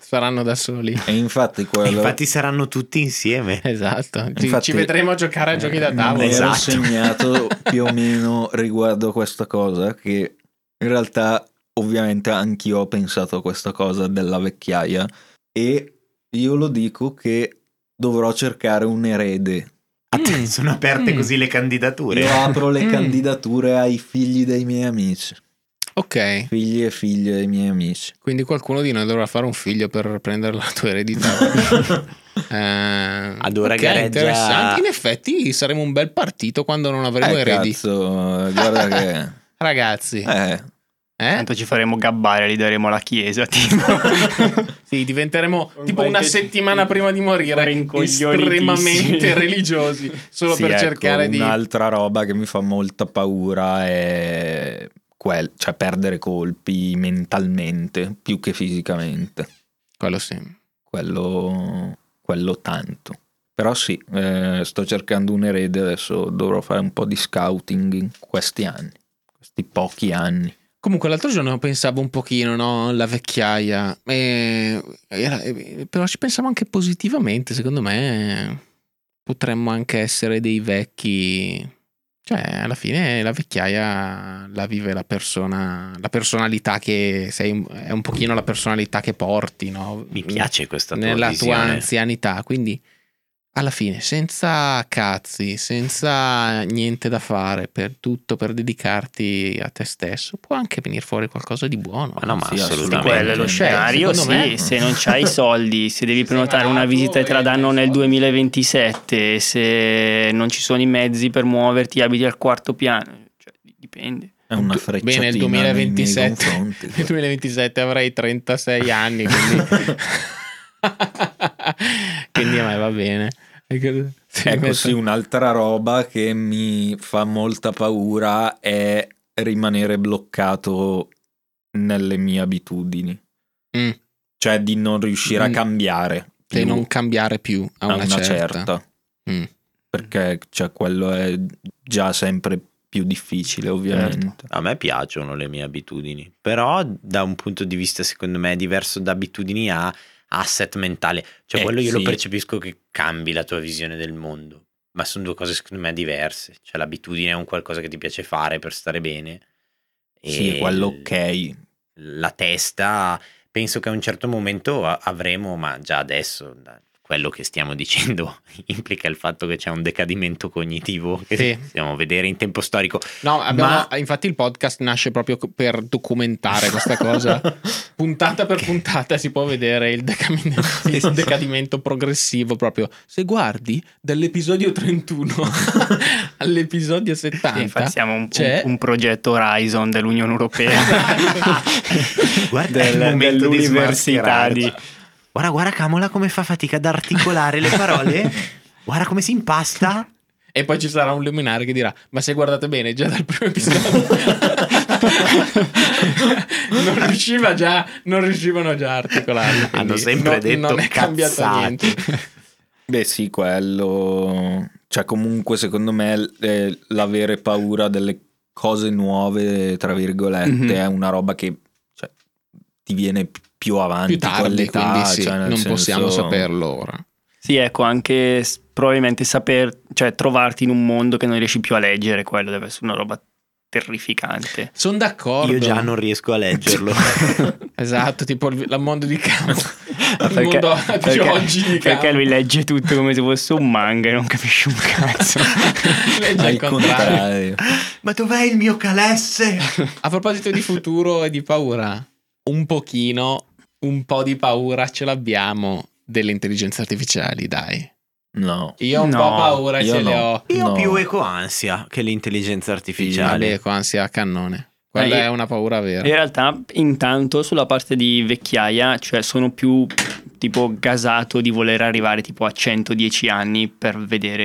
saranno da soli. E infatti quello... Infatti saranno tutti insieme. Esatto, ci, Infatti, ci vedremo giocare a giochi da eh, tavolo. Mi ero Esatto. segnato più o meno riguardo a questa cosa, che in realtà ovviamente anch'io ho pensato a questa cosa della vecchiaia, e io lo dico che dovrò cercare un erede. Mm. Sono aperte Mm. così le candidature. Io apro le Mm. candidature ai figli dei miei amici, Ok, figli e figlie dei miei amici. quindi qualcuno di noi dovrà fare un figlio per prendere la tua eredità. eh, Ad ora ok, gareggia- interessante. In effetti saremo un bel partito quando non avremo Eh eredi. cazzo, guarda che... Ragazzi, Eh, eh? Tanto ci faremo gabbare, li daremo alla chiesa, tipo. Sì, diventeremo Un tipo una qualche- settimana prima di morire rincoglionitissimi. estremamente religiosi, solo sì, per ecco, cercare di... un'altra roba che mi fa molta paura è quel, cioè perdere colpi mentalmente più che fisicamente. Quello sì. Quello, quello tanto. Però sì, eh, sto cercando un erede, adesso dovrò fare un po' di scouting in questi anni, questi pochi anni. Comunque l'altro giorno pensavo un pochino, no, la vecchiaia, e, era- e- però ci pensavo anche positivamente, secondo me potremmo anche essere dei vecchi, cioè alla fine la vecchiaia la vive la persona, la personalità che sei, un- è un pochino la personalità che porti, no? Mi piace questa tua Nella tua visione. anzianità, quindi alla fine senza cazzi, senza niente da fare, per tutto, per dedicarti a te stesso, può anche venire fuori qualcosa di buono. Ma no, ma Sì, assolutamente. Quello è lo Cioè, scenario, sì, secondo me- se non c'hai i soldi, se devi Se sei prenotare una malato visita e te la e danno hai nel soldi. duemilaventisette, se non ci sono i mezzi per muoverti, abiti al quarto piano, cioè, dipende. È una Tu- frecciatina bene, il nei miei duemilaventisette confronti. nel duemilaventisette avrei trentasei anni, quindi quindi a me va bene. Sì, Ecco metto- sì, un'altra roba che mi fa molta paura è rimanere bloccato nelle mie abitudini, Mm, cioè di non riuscire a Mm. cambiare e più non cambiare più a a una, una certa. certa, Mm. perché cioè, quello è già sempre più difficile ovviamente. A me piacciono le mie abitudini, però da un punto di vista secondo me diverso da abitudini a asset mentale. Cioè Eh, quello io lo sì. percepisco che cambi la tua visione del mondo, ma sono due cose secondo me diverse. Cioè l'abitudine è un qualcosa che ti piace fare per stare bene. E Sì, quello il- ok. La testa, penso che a un certo momento a- avremo, ma già adesso da- quello che stiamo dicendo implica il fatto che c'è un decadimento cognitivo che Sì. possiamo vedere in tempo storico. No, abbiamo- Ma- infatti il podcast nasce proprio co- per documentare questa cosa. Puntata per puntata si può vedere il decadimento, il decadimento progressivo proprio. Se guardi dall'episodio trentuno all'episodio Sì, settanta, infatti siamo un, c'è- un- un progetto Horizon dell'Unione Europea. Guarda il Del- momento di dell'università di... smascherarci. Guarda, guarda Camola come fa fatica ad articolare le parole. Guarda come si impasta. E poi ci sarà un luminario che dirà: ma se guardate bene, già dal primo episodio non riusciva già, non riuscivano già a articolarlo. Hanno quindi sempre no- detto non è cambiato cazzate. niente. Beh sì, quello, cioè comunque secondo me eh, l'avere paura delle cose nuove, tra virgolette, Mhm. è una roba che cioè, ti viene più avanti Più con tardi, l'età, quindi sì, cioè, nel non senso- possiamo saperlo ora. Sì, ecco, anche s- probabilmente saper, cioè trovarti in un mondo che non riesci più a leggere, quello deve essere una roba terrificante. Sono d'accordo. Io già non riesco a leggerlo. Esatto, tipo il il mondo di Camo. Il Perché- mondo di perché- oggi di Camo. Perché lui legge tutto come se fosse un manga e non capisce un cazzo. Legge Al al contrario. contrario. Ma dov'è il mio calesse? A proposito di futuro e di paura, un pochino, un po' di paura ce l'abbiamo delle intelligenze artificiali, dai. No. Io ho un No, po' paura, io ce le no. ho. Io ho No. più ecoansia che l'intelligenza artificiale. Vabbè, con ansia a cannone. Quella Eh, è una paura vera. In realtà, intanto, sulla parte di vecchiaia, cioè sono più tipo gasato di voler arrivare tipo a centodieci anni per vedere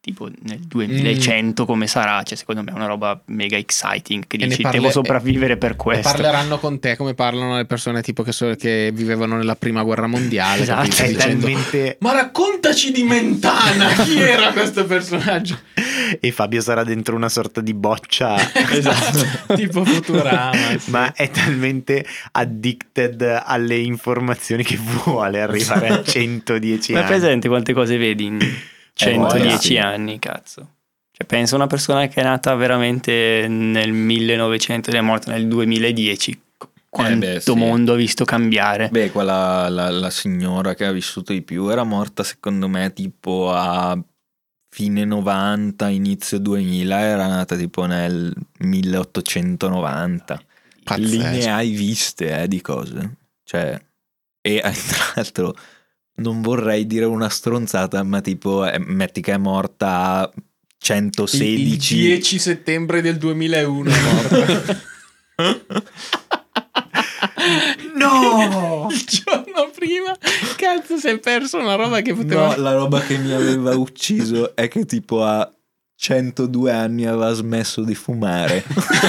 tipo nel duemilacento mm. come sarà, cioè secondo me è una roba mega exciting che e dici parle- devo sopravvivere per e questo. parleranno con te come parlano le persone tipo che, so- che vivevano nella prima guerra mondiale. Esatto. capito? È Dicendo, talmente... ma raccontaci di Mentana, chi era questo personaggio? E Fabio sarà dentro una sorta di boccia. Esatto, tipo Futurama. Sì. Ma è talmente addicted alle informazioni che vuole arrivare a centodieci Ma è anni. presente quante cose vedi in centodieci sì. anni, cazzo. Cioè pensa a una persona che è nata veramente nel millenovecento ed è morta nel duemiladieci. Quanto Eh beh, sì. mondo ha visto cambiare. Beh, quella la, la signora che ha vissuto di più era morta secondo me tipo a fine novanta, inizio duemila, era nata tipo nel milleottocentonovanta. Pazzesco. Lì ne hai viste eh, di cose. Cioè, e tra l'altro non vorrei dire una stronzata, ma tipo eh, metti che è morta a centosedici. Il dieci settembre del duemilauno è morta. No! Il giorno prima, cazzo, si è perso una roba che poteva. No, la roba che mi aveva ucciso è che tipo a centodue anni aveva smesso di fumare.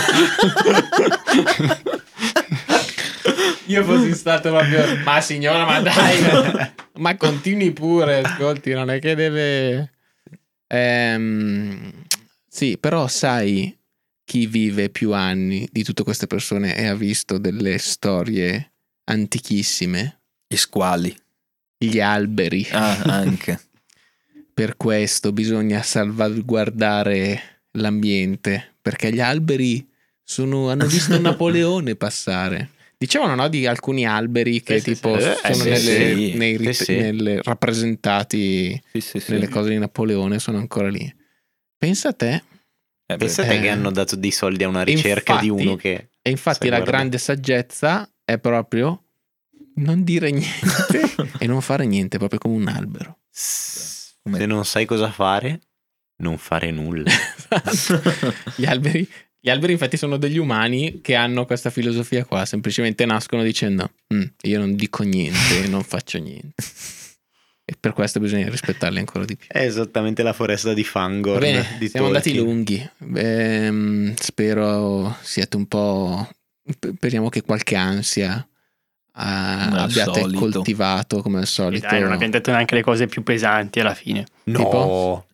Io fossi stato proprio, ma signora, ma dai, ma continui pure, ascolti, non è che deve. Ehm, sì, però sai chi vive più anni di tutte queste persone e ha visto delle storie antichissime? I squali. Gli alberi. Ah, anche. Per questo bisogna salvaguardare l'ambiente, perché gli alberi sono, hanno visto Napoleone passare. Dicevano, no, di alcuni alberi che Sì, sì, tipo sì. sono Eh, sì, nelle, sì. nei rit- Sì, sì. nelle rappresentati Sì, sì, sì. nelle cose di Napoleone, sono ancora lì. Pensa a te. Eh, beh. Pensate Eh. che hanno dato dei soldi a una ricerca Infatti- di uno che... E infatti Sai, la guarda. grande saggezza è proprio non dire niente e non fare niente, proprio come un albero. Come- Se non sai cosa fare, non fare nulla. Gli alberi, gli alberi infatti sono degli umani che hanno questa filosofia qua, semplicemente nascono dicendo "Mm, io non dico niente, non faccio niente". E per questo bisogna rispettarli ancora di più. È esattamente la foresta di Fangorn. Va bene, di siamo andati Tolkien. lunghi. Ehm, spero siate un po'. Speriamo che qualche ansia ah, Come al abbiate solito. coltivato come al E solito. dai, non abbiamo detto neanche le cose più pesanti alla fine. No. Tipo?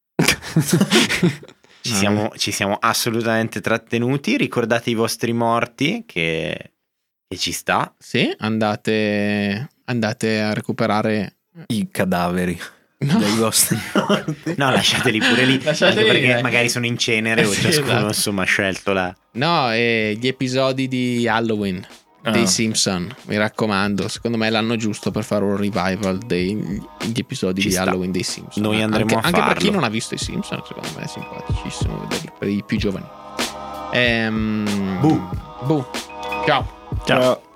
Ci siamo, ci siamo assolutamente trattenuti. Ricordate i vostri morti che, che ci sta. Sì, andate, andate a recuperare. I cadaveri No. dei vostri morti. No, lasciateli pure lì. Lasciateli anche lì, perché dai. magari sono in cenere o Sì, ciascuno esatto. insomma ha scelto la... No, e gli episodi di Halloween dei Ah. Simpson, mi raccomando, secondo me è l'anno giusto per fare un revival degli episodi Ci di sta. Halloween dei Simpson. Noi andremo anche, a anche per farlo. chi non ha visto i Simpson, secondo me è simpaticissimo vederli, per i più giovani. Ehm, Buh. buh. Ciao. Ciao.